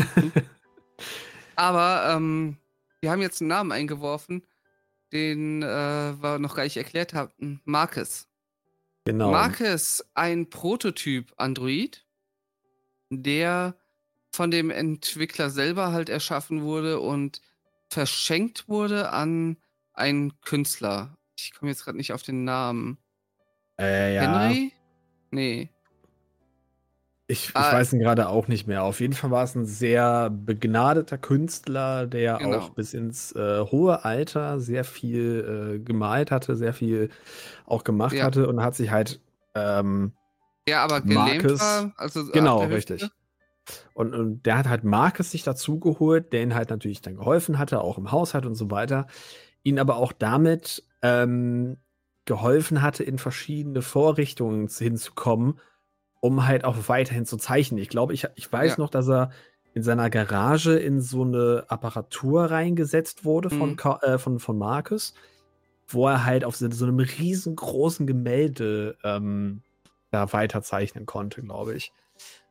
Aber ähm, wir haben jetzt einen Namen eingeworfen, den äh, wir noch gar nicht erklärt hatten. Marcus. Genau. Marcus, ein Prototyp-Android, der von dem Entwickler selber halt erschaffen wurde und verschenkt wurde an einen Künstler. Ich komme jetzt gerade nicht auf den Namen. Äh, ja. Henry? Nee. Ich, ich Ah, weiß ihn gerade auch nicht mehr. Auf jeden Fall war es ein sehr begnadeter Künstler, der auch genau. bis ins äh, hohe Alter sehr viel äh, gemalt hatte, sehr viel auch gemacht Ja. hatte und hat sich halt ähm, Der aber gelähmt Marcus, war, also ab genau, der Hüfte. richtig. Und, und der hat halt Marcus sich dazugeholt, der ihn halt natürlich dann geholfen hatte, auch im Haushalt und so weiter, ihn aber auch damit ähm, geholfen hatte, in verschiedene Vorrichtungen hinzukommen, um halt auch weiterhin zu zeichnen. Ich glaube, ich, ich weiß Ja. noch, dass er in seiner Garage in so eine Apparatur reingesetzt wurde von, Mhm. Ka- äh, von, von Marcus, wo er halt auf so, so einem riesengroßen Gemälde ähm, da weiter zeichnen konnte, glaube ich.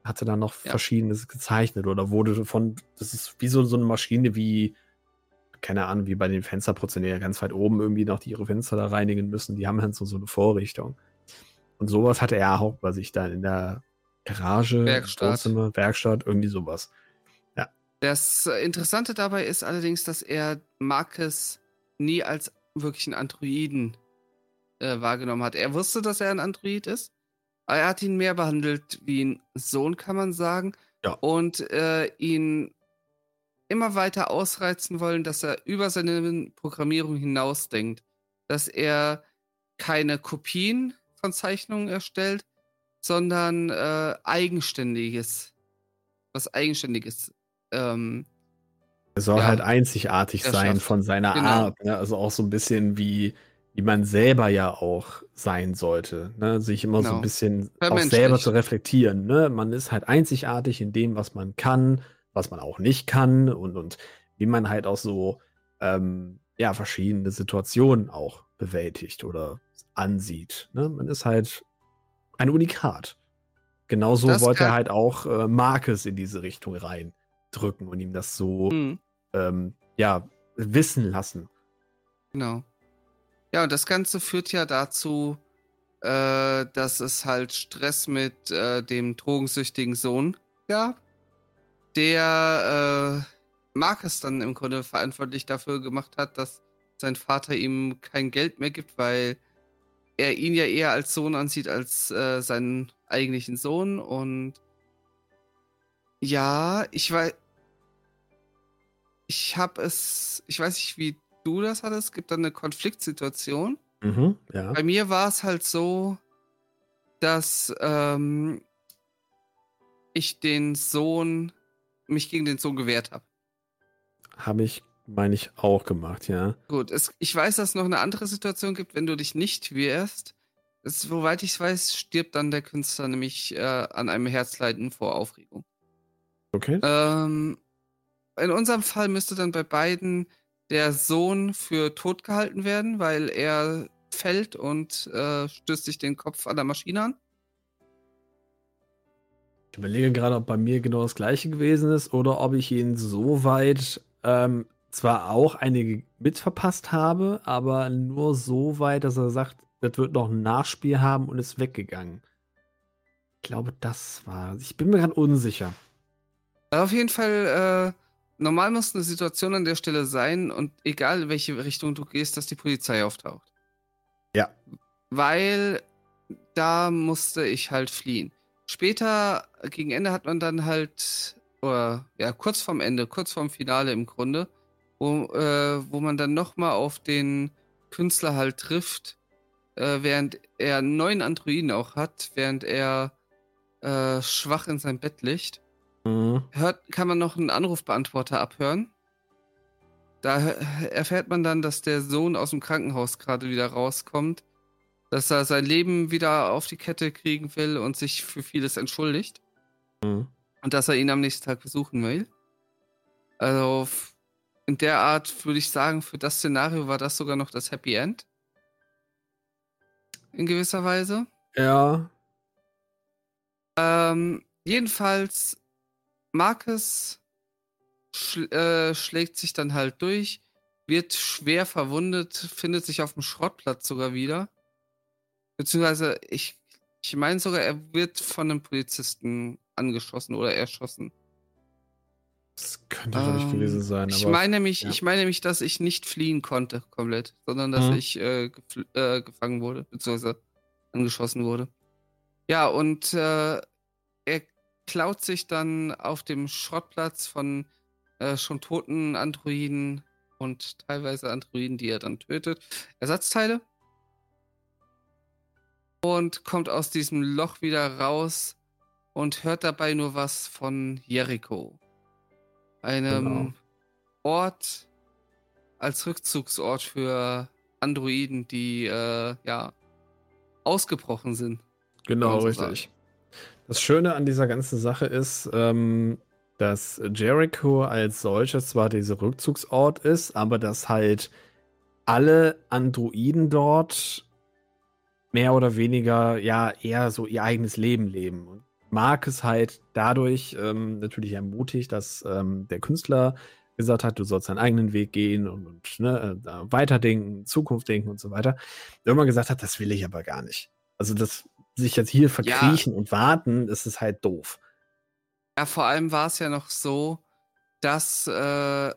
hatte da noch Ja. Verschiedenes gezeichnet oder wurde von, das ist wie so, so eine Maschine wie, keine Ahnung, wie bei den Fensterputzern, die ja ganz weit oben irgendwie noch die ihre Fenster da reinigen müssen, die haben halt so, so eine Vorrichtung. Und sowas hatte er auch bei sich dann in der Garage, Werkstatt. Wohnzimmer, Werkstatt, irgendwie sowas. Das äh, Interessante dabei ist allerdings, dass er Marcus nie als wirklichen Androiden äh, wahrgenommen hat. Er wusste, dass er ein Android ist, aber er hat ihn mehr behandelt wie ein Sohn, kann man sagen. Ja. Und äh, ihn immer weiter ausreizen wollen, dass er über seine Programmierung hinausdenkt. Dass er keine Kopien von Zeichnungen erstellt, sondern äh, eigenständiges, was Eigenständiges. Ähm, Er soll ja, halt einzigartig er sein schafft. von seiner Genau. Art. Ne? Also auch so ein bisschen wie, wie man selber ja auch sein sollte. Ne? Sich immer so ein Genau. bisschen auch Vermenschlicht. selber zu reflektieren. Ne? Man ist halt einzigartig in dem, was man kann, was man auch nicht kann und, und wie man halt auch so ähm, ja, verschiedene Situationen auch bewältigt oder ansieht. Ne? Man ist halt ein Unikat. Genauso Das wollte er kann. halt auch äh, Marcus in diese Richtung reindrücken und ihm das so Hm, ähm, ja, wissen lassen. genau. Ja, und das Ganze führt ja dazu, äh, dass es halt Stress mit äh, dem drogensüchtigen Sohn gab, der äh, Marcus dann im Grunde verantwortlich dafür gemacht hat, dass sein Vater ihm kein Geld mehr gibt, weil er ihn ja eher als Sohn ansieht als äh, seinen eigentlichen Sohn. Und ja, ich weiß, ich habe es, ich weiß nicht, wie du das hattest. Es gibt dann eine Konfliktsituation. Mhm, ja. Bei mir war es halt so, dass ähm, ich den Sohn, mich gegen den Sohn gewehrt habe. Habe ich, meine ich, auch gemacht, ja. Gut, es, ich weiß, dass es noch eine andere Situation gibt, wenn du dich nicht wehrst. Es, soweit ich weiß, stirbt dann der Künstler nämlich äh, an einem Herzleiden vor Aufregung. Okay. Ähm, in unserem Fall müsste dann bei beiden der Sohn für tot gehalten werden, weil er fällt und äh, stößt sich den Kopf an der Maschine an. Ich überlege gerade, ob bei mir genau das gleiche gewesen ist oder ob ich ihn so weit ähm, zwar auch einige mitverpasst habe, aber nur so weit, dass er sagt, das wird noch ein Nachspiel haben und ist weggegangen. Ich glaube, das war. Ich bin mir gerade unsicher. Also auf jeden Fall, äh, normal muss eine Situation an der Stelle sein und egal in welche Richtung du gehst, dass die Polizei auftaucht. Ja. Weil da musste ich halt fliehen. Später, gegen Ende hat man dann halt, oder ja, kurz vorm Ende, kurz vorm Finale im Grunde, wo, äh, wo man dann nochmal auf den Künstler halt trifft, äh, während er einen neuen Androiden auch hat, während er äh, schwach in sein Bett liegt. Mhm. Hört, kann man noch einen Anrufbeantworter abhören. Da hö- erfährt man dann, dass der Sohn aus dem Krankenhaus gerade wieder rauskommt, dass er sein Leben wieder auf die Kette kriegen will und sich für vieles entschuldigt. Mhm. Und dass er ihn am nächsten Tag besuchen will. Also f- in der Art würde ich sagen, für das Szenario war das sogar noch das Happy End. In gewisser Weise. Ja. Ähm, jedenfalls, Marcus schl äh, schlägt sich dann halt durch, wird schwer verwundet, findet sich auf dem Schrottplatz sogar wieder. Beziehungsweise, ich, ich meine sogar, er wird von einem Polizisten angeschossen oder erschossen. Das könnte vielleicht gewesen Ähm, sein, ich aber. meine nämlich, ja. ich meine nämlich, dass ich nicht fliehen konnte komplett, sondern dass Mhm. ich äh, gefl- äh, gefangen wurde, beziehungsweise angeschossen wurde. Ja, und äh, er klaut sich dann auf dem Schrottplatz von äh, schon toten Androiden und teilweise Androiden, die er dann tötet, Ersatzteile und kommt aus diesem Loch wieder raus und hört dabei nur was von Jericho, einem Genau. Ort als Rückzugsort für Androiden, die äh, ja ausgebrochen sind. Kann Genau, man so richtig. sagen. Das Schöne an dieser ganzen Sache ist, ähm, dass Jericho als solches zwar dieser Rückzugsort ist, aber dass halt alle Androiden dort mehr oder weniger ja eher so ihr eigenes Leben leben. Und Marcus halt dadurch ähm, natürlich ermutigt, dass ähm, der Künstler gesagt hat, du sollst deinen eigenen Weg gehen und, und ne, da weiterdenken, Zukunft denken und so weiter. Irgendwann gesagt hat, das will ich aber gar nicht. Also das sich jetzt hier Ja, verkriechen und warten, das ist halt doof. ja, vor allem war es ja noch so, dass, äh, also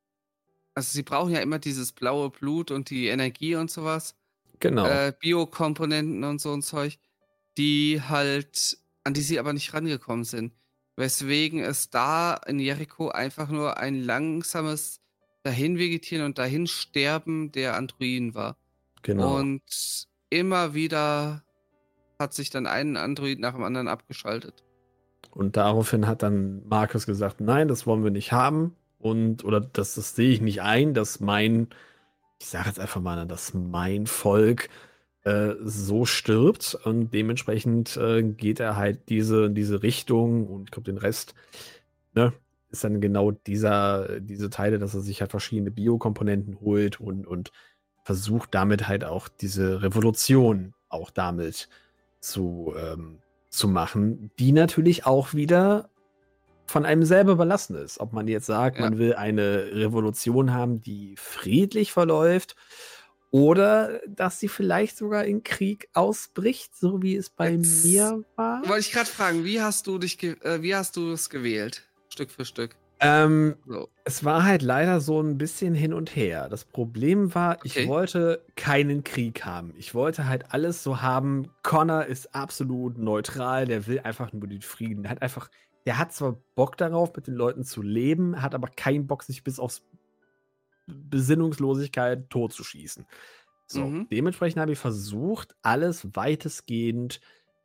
sie brauchen ja immer dieses blaue Blut und die Energie und sowas, Genau, äh, Biokomponenten und so ein Zeug, die halt, an die sie aber nicht rangekommen sind. Weswegen es da in Jericho einfach nur ein langsames Dahinvegetieren und Dahinsterben der Androiden war. genau. Und immer wieder hat sich dann ein Android nach dem anderen abgeschaltet. Und daraufhin hat dann Marcus gesagt, nein, das wollen wir nicht haben. Und, oder das, das sehe ich nicht ein, dass mein, ich sage jetzt einfach mal, dass mein Volk äh, so stirbt. Und dementsprechend äh, geht er halt diese, diese Richtung und ich glaube, den Rest, ne, ist dann genau dieser, diese Teile, dass er sich halt verschiedene Biokomponenten holt und, und versucht damit halt auch diese Revolution auch damit zu, ähm, zu machen, die natürlich auch wieder von einem selber überlassen ist. Ob man jetzt sagt, Ja. man will eine Revolution haben, die friedlich verläuft, oder dass sie vielleicht sogar in Krieg ausbricht, so wie es bei Jetzt mir war. wollte ich gerade fragen, wie hast du dich, ge äh, wie hast du es gewählt? Stück für Stück. Ähm, So, es war halt leider so ein bisschen hin und her. Das Problem war, ich okay. wollte keinen Krieg haben. Ich wollte halt alles so haben. Connor ist absolut neutral, der will einfach nur den Frieden. Der hat einfach, der hat zwar Bock darauf, mit den Leuten zu leben, hat aber keinen Bock, sich bis aufs Besinnungslosigkeit totzuschießen. So, Mhm. dementsprechend habe ich versucht, alles weitestgehend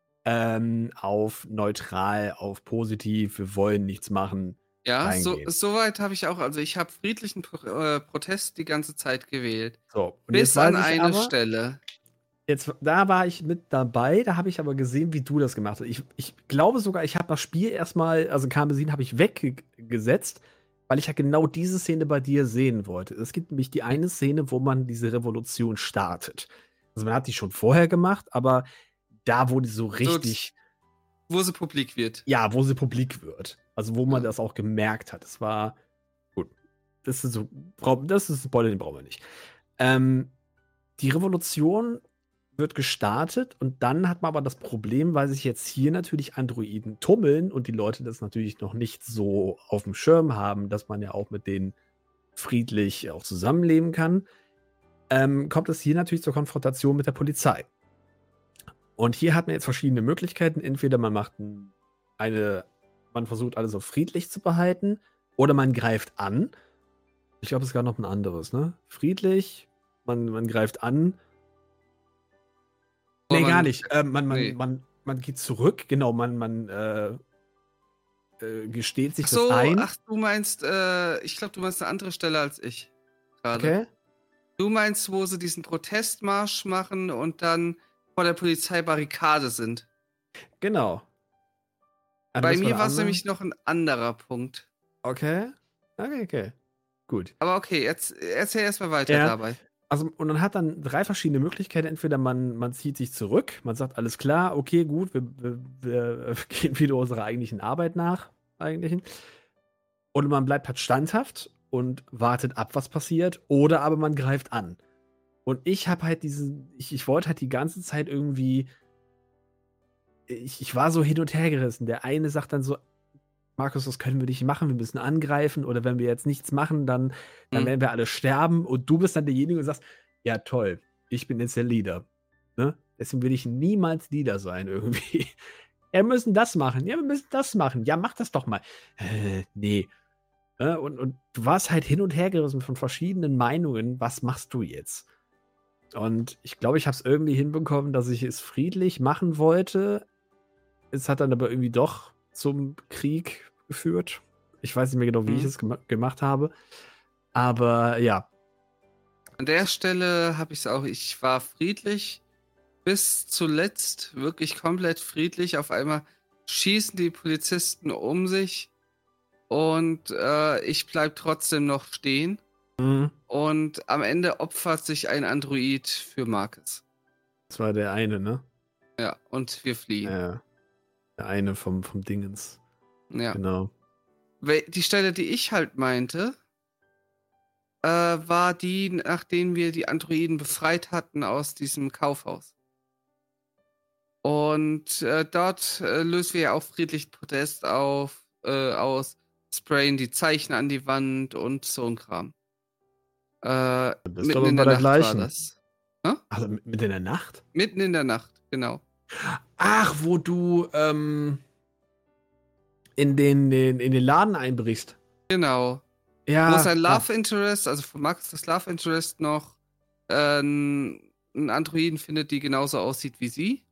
ähm, auf neutral, auf positiv, wir wollen nichts machen, Ja, so, reingehen. soweit habe ich auch, also ich habe friedlichen Pro äh, Protest die ganze Zeit gewählt. So, und jetzt Bis an weiß ich eine aber, Stelle. jetzt, da war ich mit dabei, da habe ich aber gesehen, wie du das gemacht hast. Ich, ich glaube sogar, ich habe das Spiel erstmal, also Karmesin habe ich weggesetzt, weil ich ja genau diese Szene bei dir sehen wollte. Es gibt nämlich die Okay. eine Szene, wo man diese Revolution startet. Also man hat die schon vorher gemacht, aber da, wo die so So, t- richtig, wo sie publik wird. ja, wo sie publik wird. Also wo man Ja. das auch gemerkt hat. Es war, gut, das ist so, brau- das ist ein Spoiler, den brauchen wir nicht. Ähm, die Revolution wird gestartet und dann hat man aber das Problem, weil sich jetzt hier natürlich Androiden tummeln und die Leute das natürlich noch nicht so auf dem Schirm haben, dass man ja auch mit denen friedlich auch zusammenleben kann, ähm, kommt es hier natürlich zur Konfrontation mit der Polizei. Und hier hat man jetzt verschiedene Möglichkeiten. Entweder man macht eine, man versucht alles so friedlich zu behalten, oder man greift an. Ich glaube, es gab noch ein anderes, ne? Friedlich, man, man greift an. Aber Nee, gar man, nicht. Äh, man, man, nee. man, man geht zurück, genau, man, man äh, äh, gesteht Ach sich das so, ein. ach, du meinst, äh, ich glaube, du meinst eine andere Stelle als ich gerade. Okay? Du meinst, wo sie diesen Protestmarsch machen und dann vor der Polizei Barrikade sind. Genau. Ah, Bei das war mir der war es andere. nämlich noch ein anderer Punkt. Okay. Okay, okay. Gut. Aber okay, jetzt erzähl erstmal weiter Ja, dabei. also, und dann hat dann drei verschiedene Möglichkeiten. Entweder man, man zieht sich zurück, man sagt, alles klar, okay, gut, wir, wir, wir gehen wieder unserer eigentlichen Arbeit nach, eigentlichen. Oder man bleibt halt standhaft und wartet ab, was passiert. Oder aber man greift an. Und ich habe halt diesen, ich, ich wollte halt die ganze Zeit irgendwie, ich, ich war so hin und her gerissen. Der eine sagt dann so, Markus, das können wir nicht machen, wir müssen angreifen. Oder wenn wir jetzt nichts machen, dann, dann Hm. werden wir alle sterben. Und du bist dann derjenige und sagst, ja toll, ich bin jetzt der Leader. Ne? Deswegen will ich niemals Leader sein irgendwie. Ja, wir müssen das machen. Ja, wir müssen das machen. Ja, mach das doch mal. Äh, nee. Äh, und, und du warst halt hin und her gerissen von verschiedenen Meinungen. Was machst du jetzt? Und ich glaube, ich habe es irgendwie hinbekommen, dass ich es friedlich machen wollte. Es hat dann aber irgendwie doch zum Krieg geführt. Ich weiß nicht mehr genau, wie ich Hm. es gema gemacht habe. Aber ja, An der Stelle habe ich es auch, ich war friedlich bis zuletzt, wirklich komplett friedlich. Auf einmal schießen die Polizisten um sich und äh, ich bleib trotzdem noch stehen. mhm, Und am Ende opfert sich ein Android für Marcus. das war der eine, ne? Ja, und wir fliehen. Ja. Der eine vom, vom Dingens. Ja. Genau. Die Stelle, die ich halt meinte, äh, war die, nachdem wir die Androiden befreit hatten aus diesem Kaufhaus. Und äh, dort äh, lösen wir ja auch friedlichen Protest auf, äh, aus, sprayen die Zeichen an die Wand und so ein Kram. Äh, Das ist mitten aber in bei der der Nacht war gleichen. das. Hä? Also mit in der Nacht? Mitten in der Nacht, genau. Ach, wo du ähm, in, den, den, in den Laden einbrichst. Genau. Ja. Wo sein Love ja. Interest, also von Max das Love Interest noch äh, einen Androiden findet, die genauso aussieht wie sie.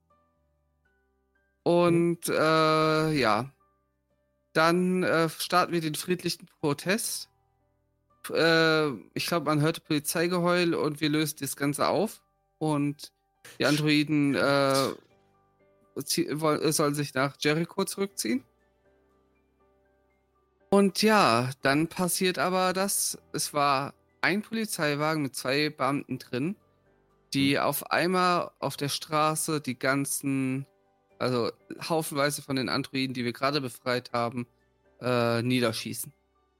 Und äh, ja. Dann äh, starten wir den friedlichen Protest. Äh, ich glaube, man hörte Polizeigeheul und wir lösen das Ganze auf. Und die Androiden äh, sollen sich nach Jericho zurückziehen. Und ja, dann passiert aber das. Es war ein Polizeiwagen mit zwei Beamten drin, die mhm. auf einmal auf der Straße die ganzen, also haufenweise von den Androiden, die wir gerade befreit haben, äh, niederschießen.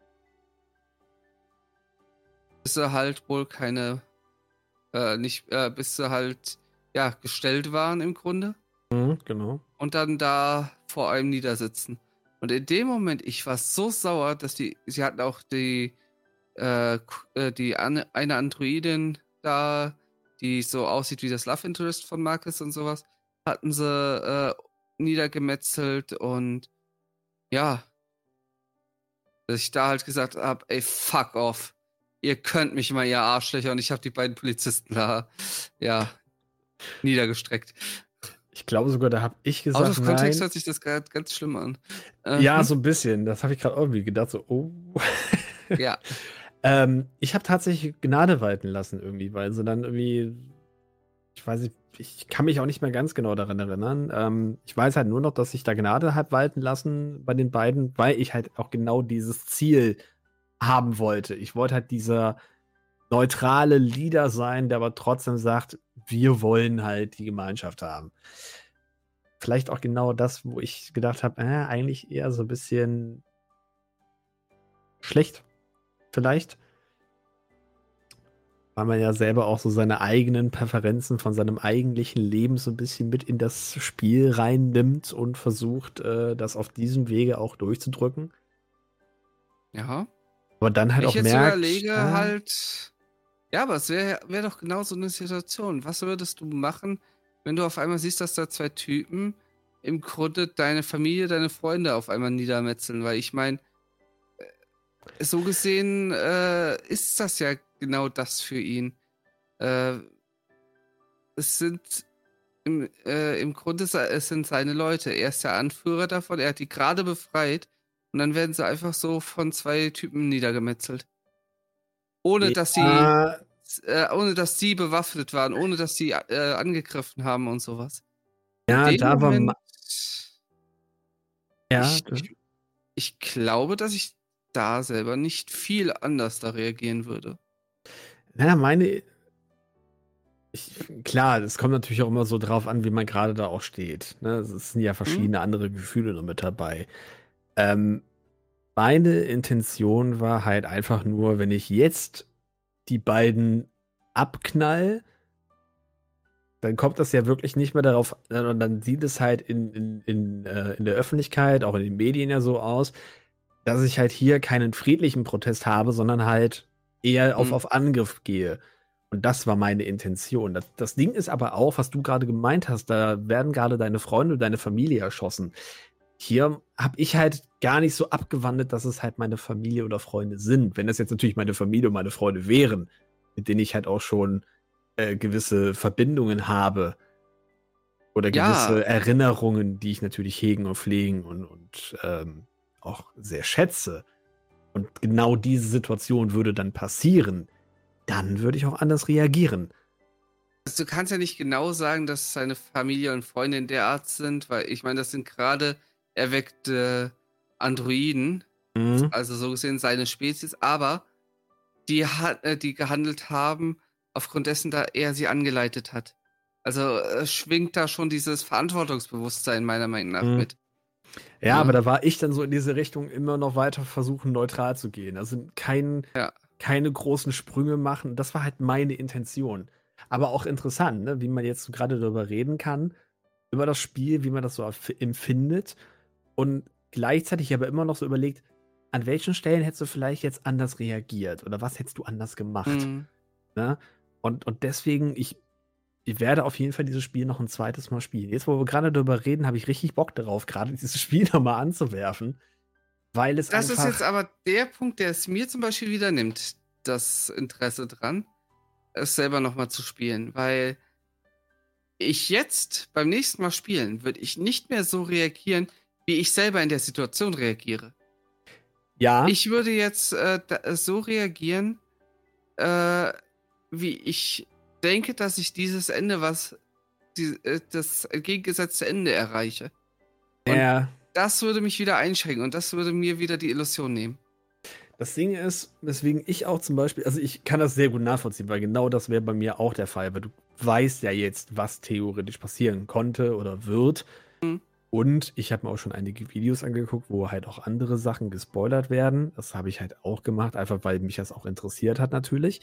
Bis sie halt wohl keine, äh, nicht, äh, bis sie halt, ja, gestellt waren im Grunde. Mhm, genau. Und dann da vor einem niedersitzen. Und in dem Moment, ich war so sauer, dass die, sie hatten auch die, äh, die eine Androidin da, die so aussieht wie das Love Interest von Marcus und sowas, hatten sie äh, niedergemetzelt und ja, dass ich da halt gesagt habe, ey, fuck off. Ihr könnt mich mal, ihr Arschlöcher, und ich habe die beiden Polizisten da, ja, niedergestreckt. Ich glaube sogar, da habe ich gesagt, Out of Context nein. hört sich das gerade ganz schlimm an. Ja, mhm. so ein bisschen. Das habe ich gerade irgendwie gedacht, so, oh. Ja. ähm, ich habe tatsächlich Gnade walten lassen irgendwie, weil sie dann irgendwie, ich weiß nicht, ich kann mich auch nicht mehr ganz genau daran erinnern. Ähm, ich weiß halt nur noch, dass ich da Gnade habe walten lassen bei den beiden, weil ich halt auch genau dieses Ziel haben wollte. Ich wollte halt dieser neutrale Leader sein, der aber trotzdem sagt, wir wollen halt die Gemeinschaft haben. Vielleicht auch genau das, wo ich gedacht habe, äh, eigentlich eher so ein bisschen schlecht. Vielleicht. Weil man ja selber auch so seine eigenen Präferenzen von seinem eigentlichen Leben so ein bisschen mit in das Spiel reinnimmt und versucht, äh, das auf diesem Wege auch durchzudrücken. Ja. Aber dann halt ich auch jetzt merkt, überlege äh, halt, ja, aber es wäre wär doch genau so eine Situation. Was würdest du machen, wenn du auf einmal siehst, dass da zwei Typen im Grunde deine Familie, deine Freunde auf einmal niedermetzeln? Weil ich meine, so gesehen äh, ist das ja genau das für ihn. Äh, es sind im, äh, im Grunde es sind seine Leute. Er ist der Anführer davon, er hat die gerade befreit und dann werden sie einfach so von zwei Typen niedergemetzelt. Ohne dass sie ja, äh, ohne dass sie bewaffnet waren, ohne dass sie äh, angegriffen haben und sowas. ja, In dem da war Moment, ma- ja, ich, ich, ich glaube, dass ich da selber nicht viel anders da reagieren würde. naja, meine, ich, klar, es kommt natürlich auch immer so drauf an, wie man gerade da auch steht. Ne? Es sind ja verschiedene hm? andere Gefühle noch mit dabei. Ähm, meine Intention war halt einfach nur, wenn ich jetzt die beiden abknall, dann kommt das ja wirklich nicht mehr darauf, und dann sieht es halt in, in, in, äh, in der Öffentlichkeit, auch in den Medien ja so aus, dass ich halt hier keinen friedlichen Protest habe, sondern halt eher auf, hm. auf Angriff gehe. Und das war meine Intention. Das, das Ding ist aber auch, was du gerade gemeint hast, da werden gerade deine Freunde und deine Familie erschossen. Hier habe ich halt gar nicht so abgewandelt, dass es halt meine Familie oder Freunde sind. Wenn das jetzt natürlich meine Familie und meine Freunde wären, mit denen ich halt auch schon äh, gewisse Verbindungen habe oder gewisse ja. Erinnerungen, die ich natürlich hegen und pflegen und, und ähm, auch sehr schätze. Und genau diese Situation würde dann passieren, dann würde ich auch anders reagieren. Also du kannst ja nicht genau sagen, dass seine Familie und Freunde in der Art sind, weil ich meine, das sind gerade erweckte Androiden, mhm. also so gesehen seine Spezies, aber die, hat, äh, die gehandelt haben aufgrund dessen, da er sie angeleitet hat. Also äh, schwingt da schon dieses Verantwortungsbewusstsein meiner Meinung nach mhm. mit. Ja, aber Ne? da war ich dann so in diese Richtung immer noch weiter versuchen, neutral zu gehen. Also kein, Ja. keine großen Sprünge machen. Das war halt meine Intention. Aber auch interessant, ne? Wie man jetzt so gerade darüber reden kann, über das Spiel, wie man das so erf- empfindet. Und gleichzeitig aber immer noch so überlegt, an welchen Stellen hättest du vielleicht jetzt anders reagiert oder was hättest du anders gemacht? Mhm. Ne? Und, und deswegen, ich, ich werde auf jeden Fall dieses Spiel noch ein zweites Mal spielen. Jetzt, wo wir gerade darüber reden, habe ich richtig Bock darauf, gerade dieses Spiel nochmal anzuwerfen, weil es Das ist jetzt einfach. aber der Punkt, der es mir zum Beispiel wieder nimmt, das Interesse dran, es selber nochmal zu spielen. Weil ich jetzt beim nächsten Mal spielen, würde ich nicht mehr so reagieren, wie ich selber in der Situation reagiere. Ja, Ich würde jetzt äh, da, so reagieren, äh, wie ich denke, dass ich dieses Ende, was die, äh, das entgegengesetzte Ende erreiche. Und ja. das würde mich wieder einschränken und das würde mir wieder die Illusion nehmen. Das Ding ist, weswegen ich auch zum Beispiel, also ich kann das sehr gut nachvollziehen, weil genau das wäre bei mir auch der Fall, weil du weißt ja jetzt, was theoretisch passieren konnte oder wird. Hm. Und ich habe mir auch schon einige Videos angeguckt, wo halt auch andere Sachen gespoilert werden. Das habe ich halt auch gemacht, einfach weil mich das auch interessiert hat natürlich.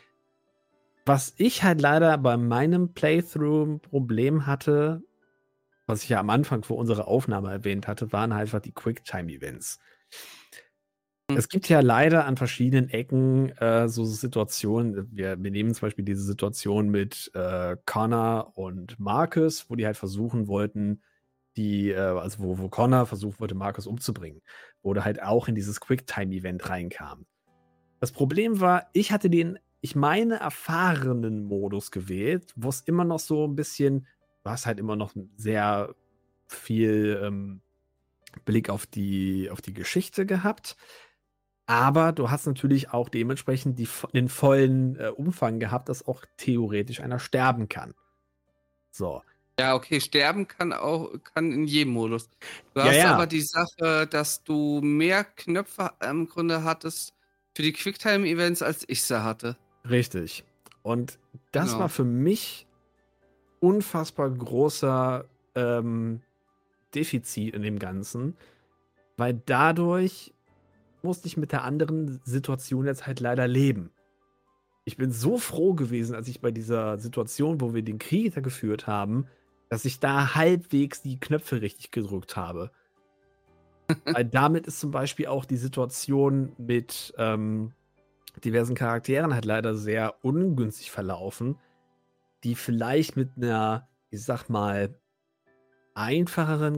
Was ich halt leider bei meinem Playthrough ein Problem hatte, was ich ja am Anfang vor unserer Aufnahme erwähnt hatte, waren halt einfach die Quicktime-Events. Hm. Es gibt ja leider an verschiedenen Ecken äh, so Situationen. Wir, wir nehmen zum Beispiel diese Situation mit äh, Connor und Marcus, wo die halt versuchen wollten, die, äh, also wo, wo Connor versucht wollte, Marcus umzubringen, wo der halt auch in dieses Quicktime-Event reinkam. Das Problem war, ich hatte den, ich meine, erfahrenen Modus gewählt, wo es immer noch so ein bisschen, du hast halt immer noch sehr viel ähm, Blick auf die, auf die Geschichte gehabt. Aber du hast natürlich auch dementsprechend die, den vollen äh, Umfang gehabt, dass auch theoretisch einer sterben kann. So. Ja, okay, sterben kann auch kann in jedem Modus. Du Ja, hast aber ja, die Sache, dass du mehr Knöpfe im Grunde hattest für die Quicktime-Events, als ich sie hatte. richtig. Und das war Genau. für mich unfassbar großer ähm, Defizit in dem Ganzen, weil dadurch musste ich mit der anderen Situation jetzt halt leider leben. Ich bin so froh gewesen, als ich bei dieser Situation, wo wir den Krieg da geführt haben, dass ich da halbwegs die Knöpfe richtig gedrückt habe. Weil damit ist zum Beispiel auch die Situation mit ähm, diversen Charakteren halt leider sehr ungünstig verlaufen, die vielleicht mit einer, ich sag mal, einfacheren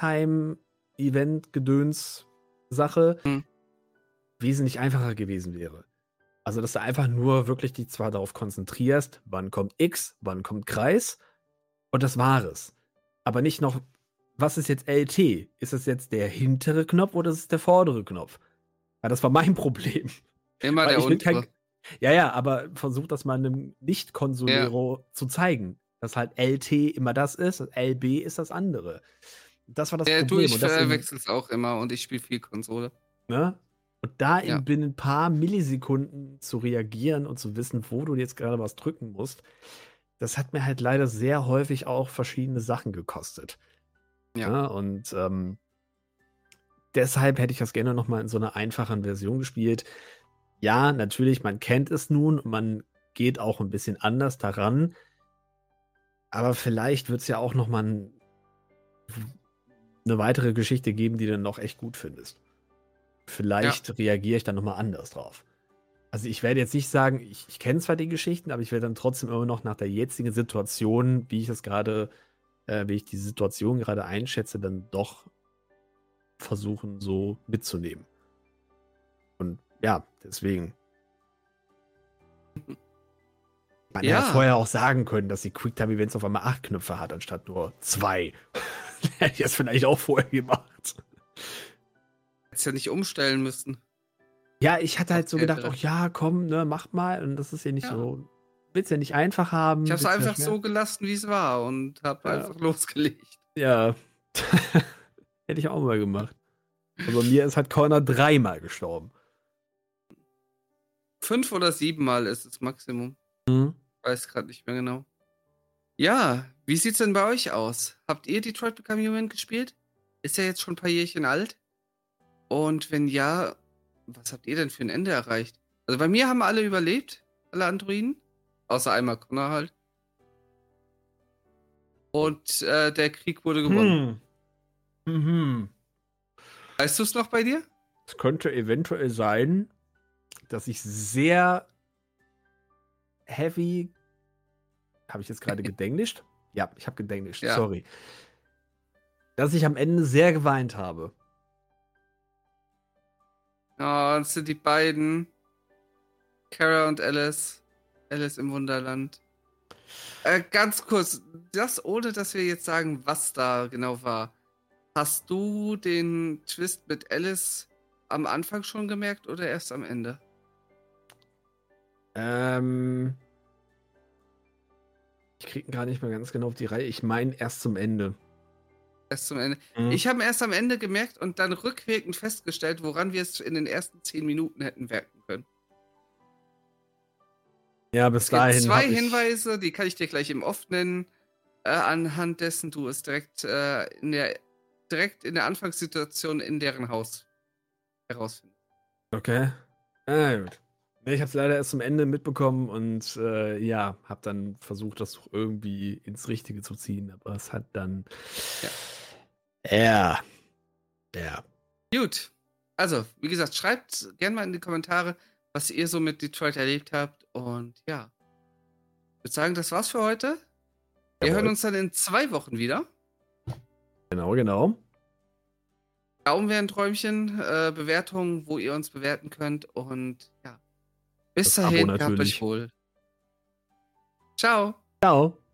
Quicktime-Event-Gedöns-Sache Hm. wesentlich einfacher gewesen wäre. Also, dass du einfach nur wirklich dich zwar darauf konzentrierst, wann kommt X, wann kommt Kreis, und das war es. Aber nicht noch, was ist jetzt L T? Ist es jetzt der hintere Knopf oder ist es der vordere Knopf? Ja, das war mein Problem. Immer Weil der ich will kein. untere. Ja, ja, aber versuch das mal einem Ja. Nicht-Consolero zu zeigen, dass halt L T immer das ist und L B ist das andere. Das war das Ja, du, Problem. ich Und das in, verwechsel's auch immer und ich spiele viel Konsole. ne? Und da Ja. in binnen ein paar Millisekunden zu reagieren und zu wissen, wo du jetzt gerade was drücken musst, das hat mir halt leider sehr häufig auch verschiedene Sachen gekostet. Ja. Ne? Und ähm, deshalb hätte ich das gerne noch mal in so einer einfachen Version gespielt. Ja, natürlich, man kennt es nun und man geht auch ein bisschen anders daran. Aber vielleicht wird es ja auch noch mal ein, eine weitere Geschichte geben, die du dann noch echt gut findest. Vielleicht Ja. reagiere ich dann noch mal anders drauf. Also ich werde jetzt nicht sagen, ich, ich kenne zwar die Geschichten, aber ich werde dann trotzdem immer noch nach der jetzigen Situation, wie ich das gerade, äh, wie ich die Situation gerade einschätze, dann doch versuchen, so mitzunehmen. Und ja, deswegen. Man hätte ja Ja. vorher auch sagen können, dass die Quicktime-Events auf einmal acht Knöpfe hat, anstatt nur zwei. Hätte ich das vielleicht auch vorher gemacht. Hättest ja nicht umstellen müssen. Ja, ich hatte Auf halt so gedacht, ältere. ach ja, komm, ne, mach mal. Und das ist ja nicht Ja. so. Willst ja nicht einfach haben. Ich hab's willst ja einfach schwer. so gelassen, wie es war und hab Ja. einfach losgelegt. Ja. Hätte ich auch mal gemacht. Aber mir ist halt Connor dreimal gestorben. Fünf oder sieben Mal ist das Maximum. Mhm. Weiß gerade nicht mehr genau. Ja, wie sieht's denn bei euch aus? Habt ihr Detroit Become Human gespielt? ist ja jetzt schon ein paar Jährchen alt. Und wenn ja, was habt ihr denn für ein Ende erreicht? Also bei mir haben alle überlebt, alle Androiden. Außer einmal Connor halt. Und äh, der Krieg wurde gewonnen. Hm. Mhm. Weißt du es noch bei dir? Es könnte eventuell sein, dass ich sehr heavy. Habe ich jetzt gerade gedenglischt? Ja, ich habe gedenglischt, Ja. sorry. Dass ich am Ende sehr geweint habe. Oh, das sind die beiden. Kara und Alice. Alice im Wunderland. Äh, ganz kurz, das ohne, dass wir jetzt sagen, was da genau war. Hast du den Twist mit Alice am Anfang schon gemerkt oder erst am Ende? Ähm. Ich kriege ihn gar nicht mehr ganz genau auf die Reihe. Ich meine erst zum Ende. Erst zum Ende. Mhm. Ich habe erst am Ende gemerkt und dann rückwirkend festgestellt, woran wir es in den ersten zehn Minuten hätten werken können. Ja, bis Es gibt dahin. zwei hab ich... Hinweise, die kann ich dir gleich im Off nennen, äh, anhand dessen du es direkt, äh, in der, direkt in der Anfangssituation in deren Haus herausfindest. Okay. Ah, gut. Nee, ich habe es leider erst zum Ende mitbekommen und äh, ja, habe dann versucht, das doch irgendwie ins Richtige zu ziehen, aber es hat dann. Ja. Ja. Ja. Gut. Also, wie gesagt, schreibt gerne mal in die Kommentare, was ihr so mit Detroit erlebt habt. Und ja, ich würde sagen, das war's für heute. Wir Jawohl. hören uns dann in zwei Wochen wieder. Genau, genau. Daumen wäre ein Träumchen, äh, Bewertungen, wo ihr uns bewerten könnt. Und ja, bis Das Abo dahin, gehabt natürlich. euch wohl. Ciao. Ciao.